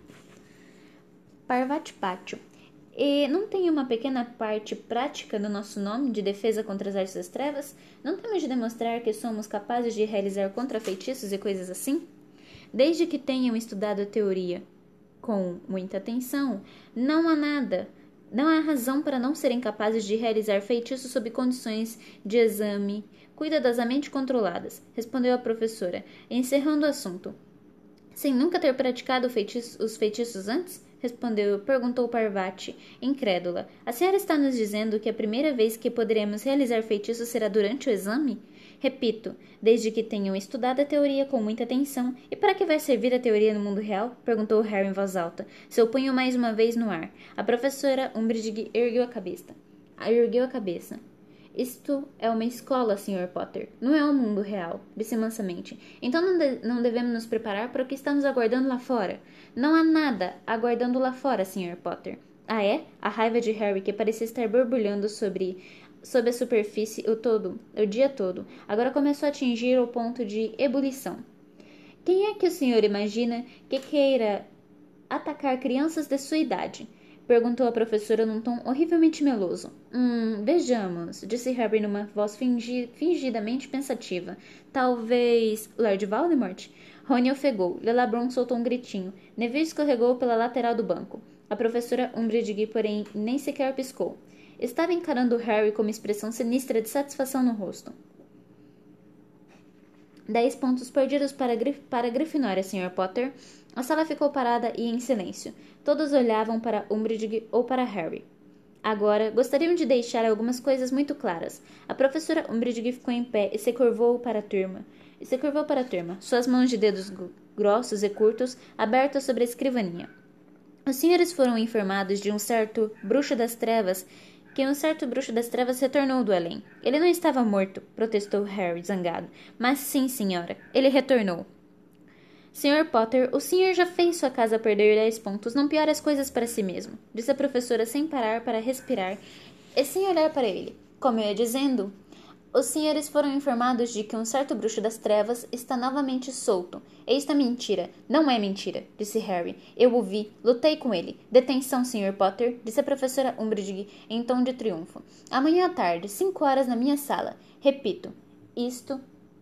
Parvati Pátio. E não tem uma pequena parte prática no nosso nome de defesa contra as artes das trevas? Não temos de demonstrar que somos capazes de realizar contrafeitiços e coisas assim? Desde que tenham estudado a teoria com muita atenção, não há nada, não há razão para não serem capazes de realizar feitiços sob condições de exame cuidadosamente controladas, respondeu a professora, encerrando o assunto. Sem nunca ter praticado feitiço, os feitiços antes? Respondeu, perguntou Parvati, incrédula. A senhora está nos dizendo que a primeira vez que poderemos realizar feitiços será durante o exame? Repito, desde que tenham estudado a teoria com muita atenção. E para que vai servir a teoria no mundo real? Perguntou Harry em voz alta, seu punho mais uma vez no ar. A professora Umbridge ergueu a cabeça. Ergueu a cabeça. Isto é uma escola, senhor Potter. Não é um mundo real, disse mansamente. Então não, de não devemos nos preparar para o que está nos aguardando lá fora. Não há nada aguardando lá fora, senhor Potter. Ah, é? A raiva de Harry, que parecia estar borbulhando sobre, sobre a superfície o todo, o dia todo, agora começou a atingir o ponto de ebulição. Quem é que o senhor imagina que queira atacar crianças de sua idade? Perguntou a professora num tom horrivelmente meloso. Hum, vejamos, disse Harry numa voz fingi fingidamente pensativa. Talvez Lord Voldemort? Rony ofegou. Lelabron soltou um gritinho. Neville escorregou pela lateral do banco. A professora Umbridge, porém, nem sequer piscou. Estava encarando Harry com uma expressão sinistra de satisfação no rosto. Dez pontos perdidos para, Grif para a Grifinória, senhor Potter. A sala ficou parada e em silêncio. Todos olhavam para Umbridge ou para Harry. Agora, gostariam de deixar algumas coisas muito claras. A professora Umbridge ficou em pé e se curvou para a turma. E se curvou para a turma, suas mãos de dedos grossos e curtos abertas sobre a escrivaninha. Os senhores foram informados de um certo bruxo das trevas, que um certo bruxo das trevas retornou do além. Ele não estava morto, protestou Harry, zangado. Mas sim, senhora, ele retornou. senhor Potter, o senhor já fez sua casa perder dez pontos. Não piore as coisas para si mesmo, disse a professora sem parar para respirar e sem olhar para ele. Como eu ia dizendo, os senhores foram informados de que um certo bruxo das trevas está novamente solto. Isto é mentira. Não é mentira, disse Harry. Eu o vi. Lutei com ele. Detenção, senhor Potter, disse a professora Umbridge em tom de triunfo. Amanhã à tarde, cinco horas na minha sala. Repito, isto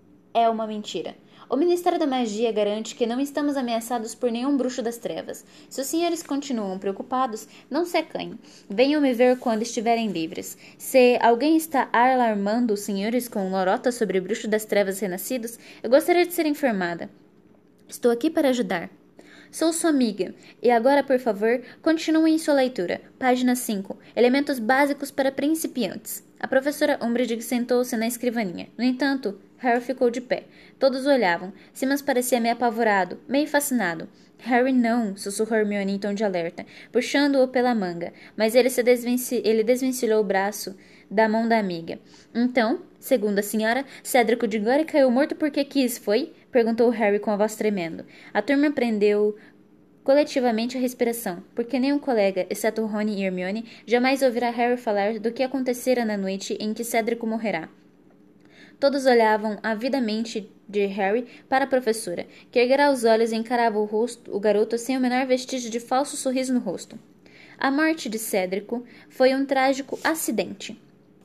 é uma mentira. O Ministério da Magia garante que não estamos ameaçados por nenhum bruxo das trevas. Se os senhores continuam preocupados, não se acanhem. Venham me ver quando estiverem livres. Se alguém está alarmando os senhores com lorotas sobre o bruxo das trevas renascidos, eu gostaria de ser informada. Estou aqui para ajudar. Sou sua amiga. E agora, por favor, continue em sua leitura. Página cinco. Elementos básicos para principiantes. A professora Umbridge sentou-se na escrivaninha. No entanto, Harry ficou de pé. Todos olhavam. Simas parecia meio apavorado, meio fascinado. Harry não, sussurrou Hermione em tom de alerta, puxando-o pela manga. Mas ele, se desvenci... ele desvencilhou o braço da mão da amiga. Então, segundo a senhora, Cédrico de Diggory caiu morto porque quis, foi? Perguntou Harry com a voz tremendo. A turma prendeu coletivamente a respiração, porque nenhum colega, exceto Rony e Hermione, jamais ouvirá Harry falar do que acontecera na noite em que Cédrico morrerá. Todos olhavam avidamente de Harry para a professora, que erguera os olhos e encarava o rosto, o garoto sem o menor vestígio de falso sorriso no rosto. A morte de Cédrico foi um trágico acidente.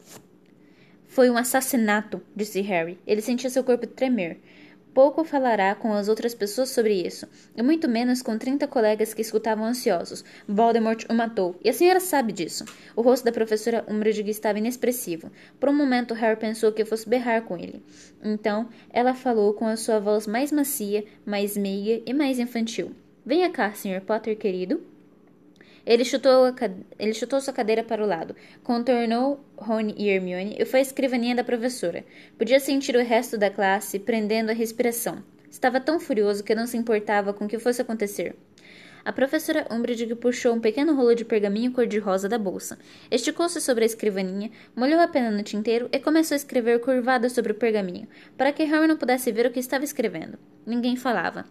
Foi um assassinato, disse Harry. Ele sentia seu corpo tremer. Pouco falará com as outras pessoas sobre isso, e muito menos com trinta colegas que escutavam ansiosos. Voldemort o matou, e a senhora sabe disso. O rosto da professora Umbridge estava inexpressivo. Por um momento, Harry pensou que fosse berrar com ele. Então, ela falou com a sua voz mais macia, mais meiga e mais infantil. Venha cá, senhor Potter, querido. Ele chutou, a cade... Ele chutou sua cadeira para o lado, contornou Rony e Hermione e foi à escrivaninha da professora. Podia sentir o resto da classe prendendo a respiração. Estava tão furioso que não se importava com o que fosse acontecer. A professora Umbridge puxou um pequeno rolo de pergaminho cor-de-rosa da bolsa. Esticou-se sobre a escrivaninha, molhou a pena no tinteiro e começou a escrever curvada sobre o pergaminho, para que Harry não pudesse ver o que estava escrevendo. Ninguém falava.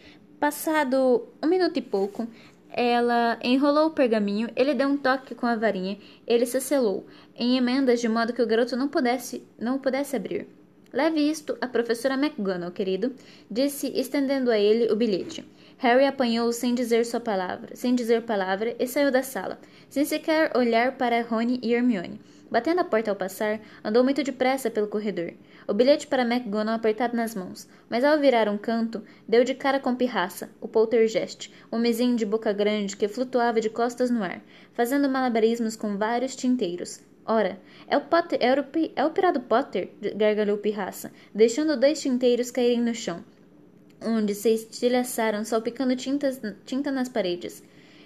Passado um minuto e pouco, ela enrolou o pergaminho, ele deu um toque com a varinha, ele se selou, em emendas de modo que o garoto não pudesse, não pudesse abrir. Leve isto à professora McGonagall, querido, disse, estendendo a ele o bilhete. Harry apanhou-o sem dizer sua palavra, sem dizer palavra, e saiu da sala, sem sequer olhar para Rony e Hermione. Batendo a porta ao passar, andou muito depressa pelo corredor. O bilhete para McGonagall apertado nas mãos, mas ao virar um canto, deu de cara com Pirraça, o poltergeist, um mesinho de boca grande que flutuava de costas no ar, fazendo malabarismos com vários tinteiros. Ora, é o Potter, é o, é o pirado Potter, gargalhou Pirraça, deixando dois tinteiros caírem no chão, onde se estilhaçaram salpicando tintas, tinta nas paredes.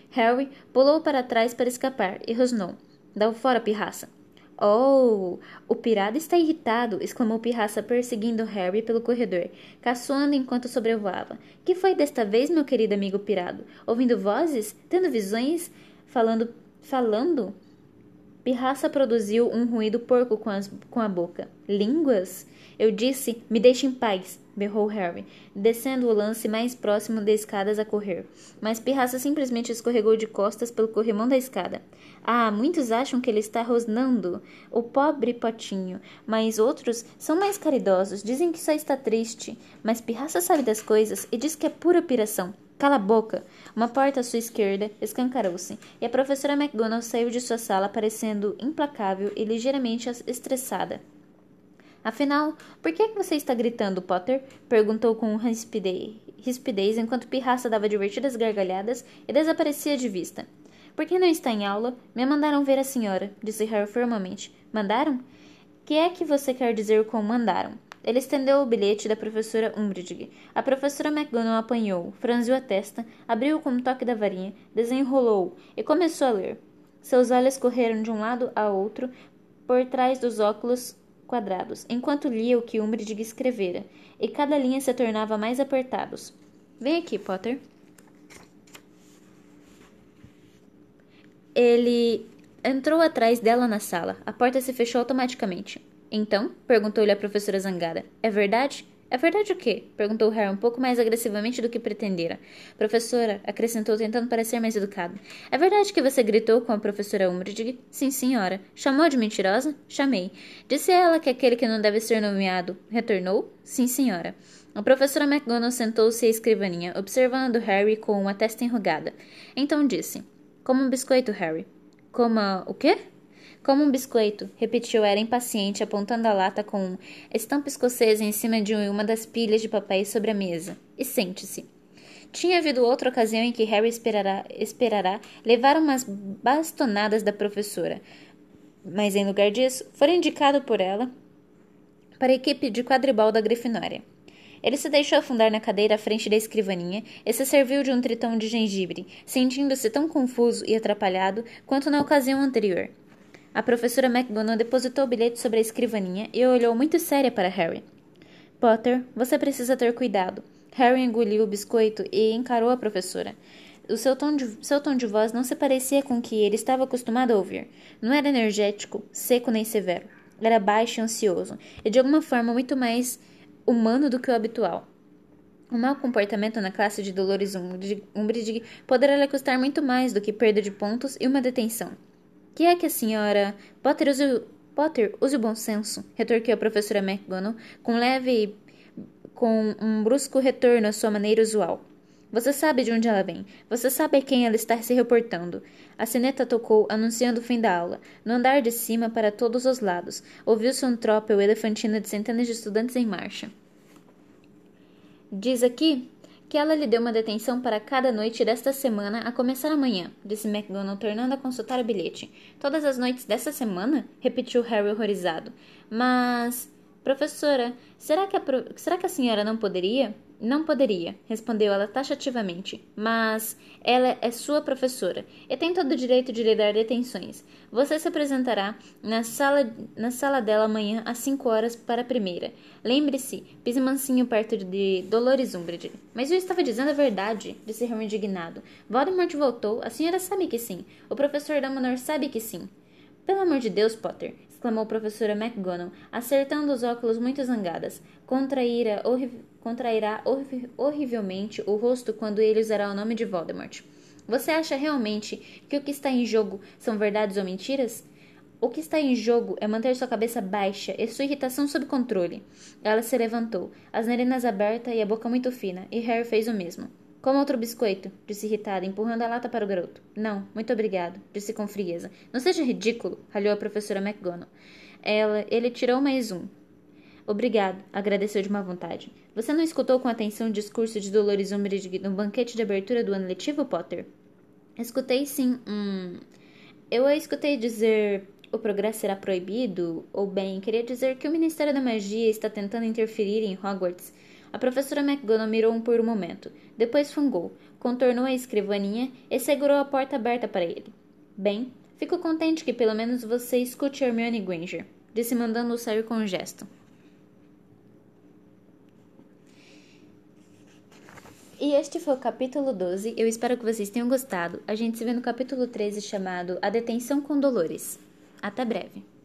Harry pulou para trás para escapar e rosnou. Dá-o fora, pirraça. Oh, o pirado está irritado, exclamou Pirraça, perseguindo Harry pelo corredor, caçoando enquanto sobrevoava. Que foi desta vez, meu querido amigo pirado? Ouvindo vozes? Tendo visões? Falando... Falando? Pirraça produziu um ruído porco com, as, com a boca. Línguas? Eu disse, me deixe em paz, berrou Harry, descendo o lance mais próximo de escadas a correr. Mas Pirraça simplesmente escorregou de costas pelo corrimão da escada. Ah, muitos acham que ele está rosnando, o pobre potinho, mas outros são mais caridosos, dizem que só está triste. Mas Pirraça sabe das coisas e diz que é pura piração. Cala a boca! Uma porta à sua esquerda escancarou-se, e a professora McGonagall saiu de sua sala parecendo implacável e ligeiramente estressada. Afinal, por que você está gritando, Potter? Perguntou com rispidez, rispidez enquanto Pirraça dava divertidas gargalhadas e desaparecia de vista. Por que não está em aula? Me mandaram ver a senhora, disse Harry formalmente. Mandaram? Que é que você quer dizer com mandaram? Ele estendeu o bilhete da professora Umbridge. A professora McGonagall apanhou, franziu a testa, abriu-o com um toque da varinha, desenrolou-o e começou a ler. Seus olhos correram de um lado a outro por trás dos óculos quadrados, enquanto lia o que Umbridge escrevera, e cada linha se tornava mais apertados. Vem aqui, Potter. Ele entrou atrás dela na sala. A porta se fechou automaticamente. Então? Perguntou-lhe a professora zangada. É verdade? É verdade o quê? Perguntou Harry um pouco mais agressivamente do que pretendera. Professora, acrescentou tentando parecer mais educado. É verdade que você gritou com a professora Umbridge? Sim, senhora. Chamou de mentirosa? Chamei. Disse ela que aquele que não deve ser nomeado retornou? Sim, senhora. A professora McGonagall sentou-se à escrivaninha, observando Harry com uma testa enrugada. Então disse, como um biscoito, Harry. Coma o quê? Como um biscoito, repetiu ela impaciente, apontando a lata com estampa escocesa em cima de uma das pilhas de papéis sobre a mesa. E sente-se. Tinha havido outra ocasião em que Harry esperará, esperará levar umas bastonadas da professora, mas em lugar disso, fora indicado por ela para a equipe de quadribol da Grifinória. Ele se deixou afundar na cadeira à frente da escrivaninha e se serviu de um tritão de gengibre, sentindo-se tão confuso e atrapalhado quanto na ocasião anterior. A professora McGonagall depositou o bilhete sobre a escrivaninha e olhou muito séria para Harry. Potter, você precisa ter cuidado. Harry engoliu o biscoito e encarou a professora. O seu tom, de, seu tom de voz não se parecia com o que ele estava acostumado a ouvir. Não era energético, seco nem severo. Era baixo e ansioso, e de alguma forma muito mais humano do que o habitual. O mau comportamento na classe de Dolores Umbridge poderá lhe custar muito mais do que perda de pontos e uma detenção. Que é que a senhora... Potter, use, Potter, use o bom senso, retorquiu a professora McGonagall com leve... com um brusco retorno à sua maneira usual. Você sabe de onde ela vem. Você sabe a quem ela está se reportando. A sineta tocou, anunciando o fim da aula. No andar de cima, para todos os lados, ouviu-se um tropel elefantino de centenas de estudantes em marcha. Diz aqui que ela lhe deu uma detenção para cada noite desta semana, a começar amanhã, disse McGonagall, tornando a consultar o bilhete. Todas as noites dessa semana? Repetiu Harry horrorizado. Mas... Professora, será que a, pro... será que a senhora não poderia? Não poderia, respondeu ela taxativamente. Mas ela é sua professora e tem todo o direito de lhe dar detenções. Você se apresentará na sala, na sala dela amanhã às cinco horas para a primeira. Lembre-se, pise mansinho perto de Dolores Umbridge. Mas eu estava dizendo a verdade, disse Harry indignado. Voldemort voltou, a senhora sabe que sim. O professor Dumbledore sabe que sim. Pelo amor de Deus, Potter, exclamou a professora McGonagall, acertando os óculos muito zangadas. Contrairá, horri- contrairá horri- horrivelmente o rosto quando ele usará o nome de Voldemort. Você acha realmente que o que está em jogo são verdades ou mentiras? O que está em jogo é manter sua cabeça baixa e sua irritação sob controle. Ela se levantou, as narinas abertas e a boca muito fina, e Harry fez o mesmo. Como outro biscoito, disse irritada, empurrando a lata para o garoto. Não, muito obrigado, disse com frieza. Não seja ridículo, ralhou a professora McGonagall. Ela, ele tirou mais um. Obrigado, agradeceu de má vontade. Você não escutou com atenção o discurso de Dolores Umbridge no banquete de abertura do ano letivo, Potter? Escutei sim, hum... Eu a escutei dizer... O progresso será proibido? Ou bem, queria dizer que o Ministério da Magia está tentando interferir em Hogwarts. A professora McGonagall mirou-um por um momento. Depois fungou. contornou a escrivaninha e segurou a porta aberta para ele. Bem, fico contente que pelo menos você escute Hermione Granger, disse mandando-o sair com um gesto. E este foi o capítulo doze, eu espero que vocês tenham gostado. A gente se vê no capítulo treze chamado A Detenção com Dolores. Até breve.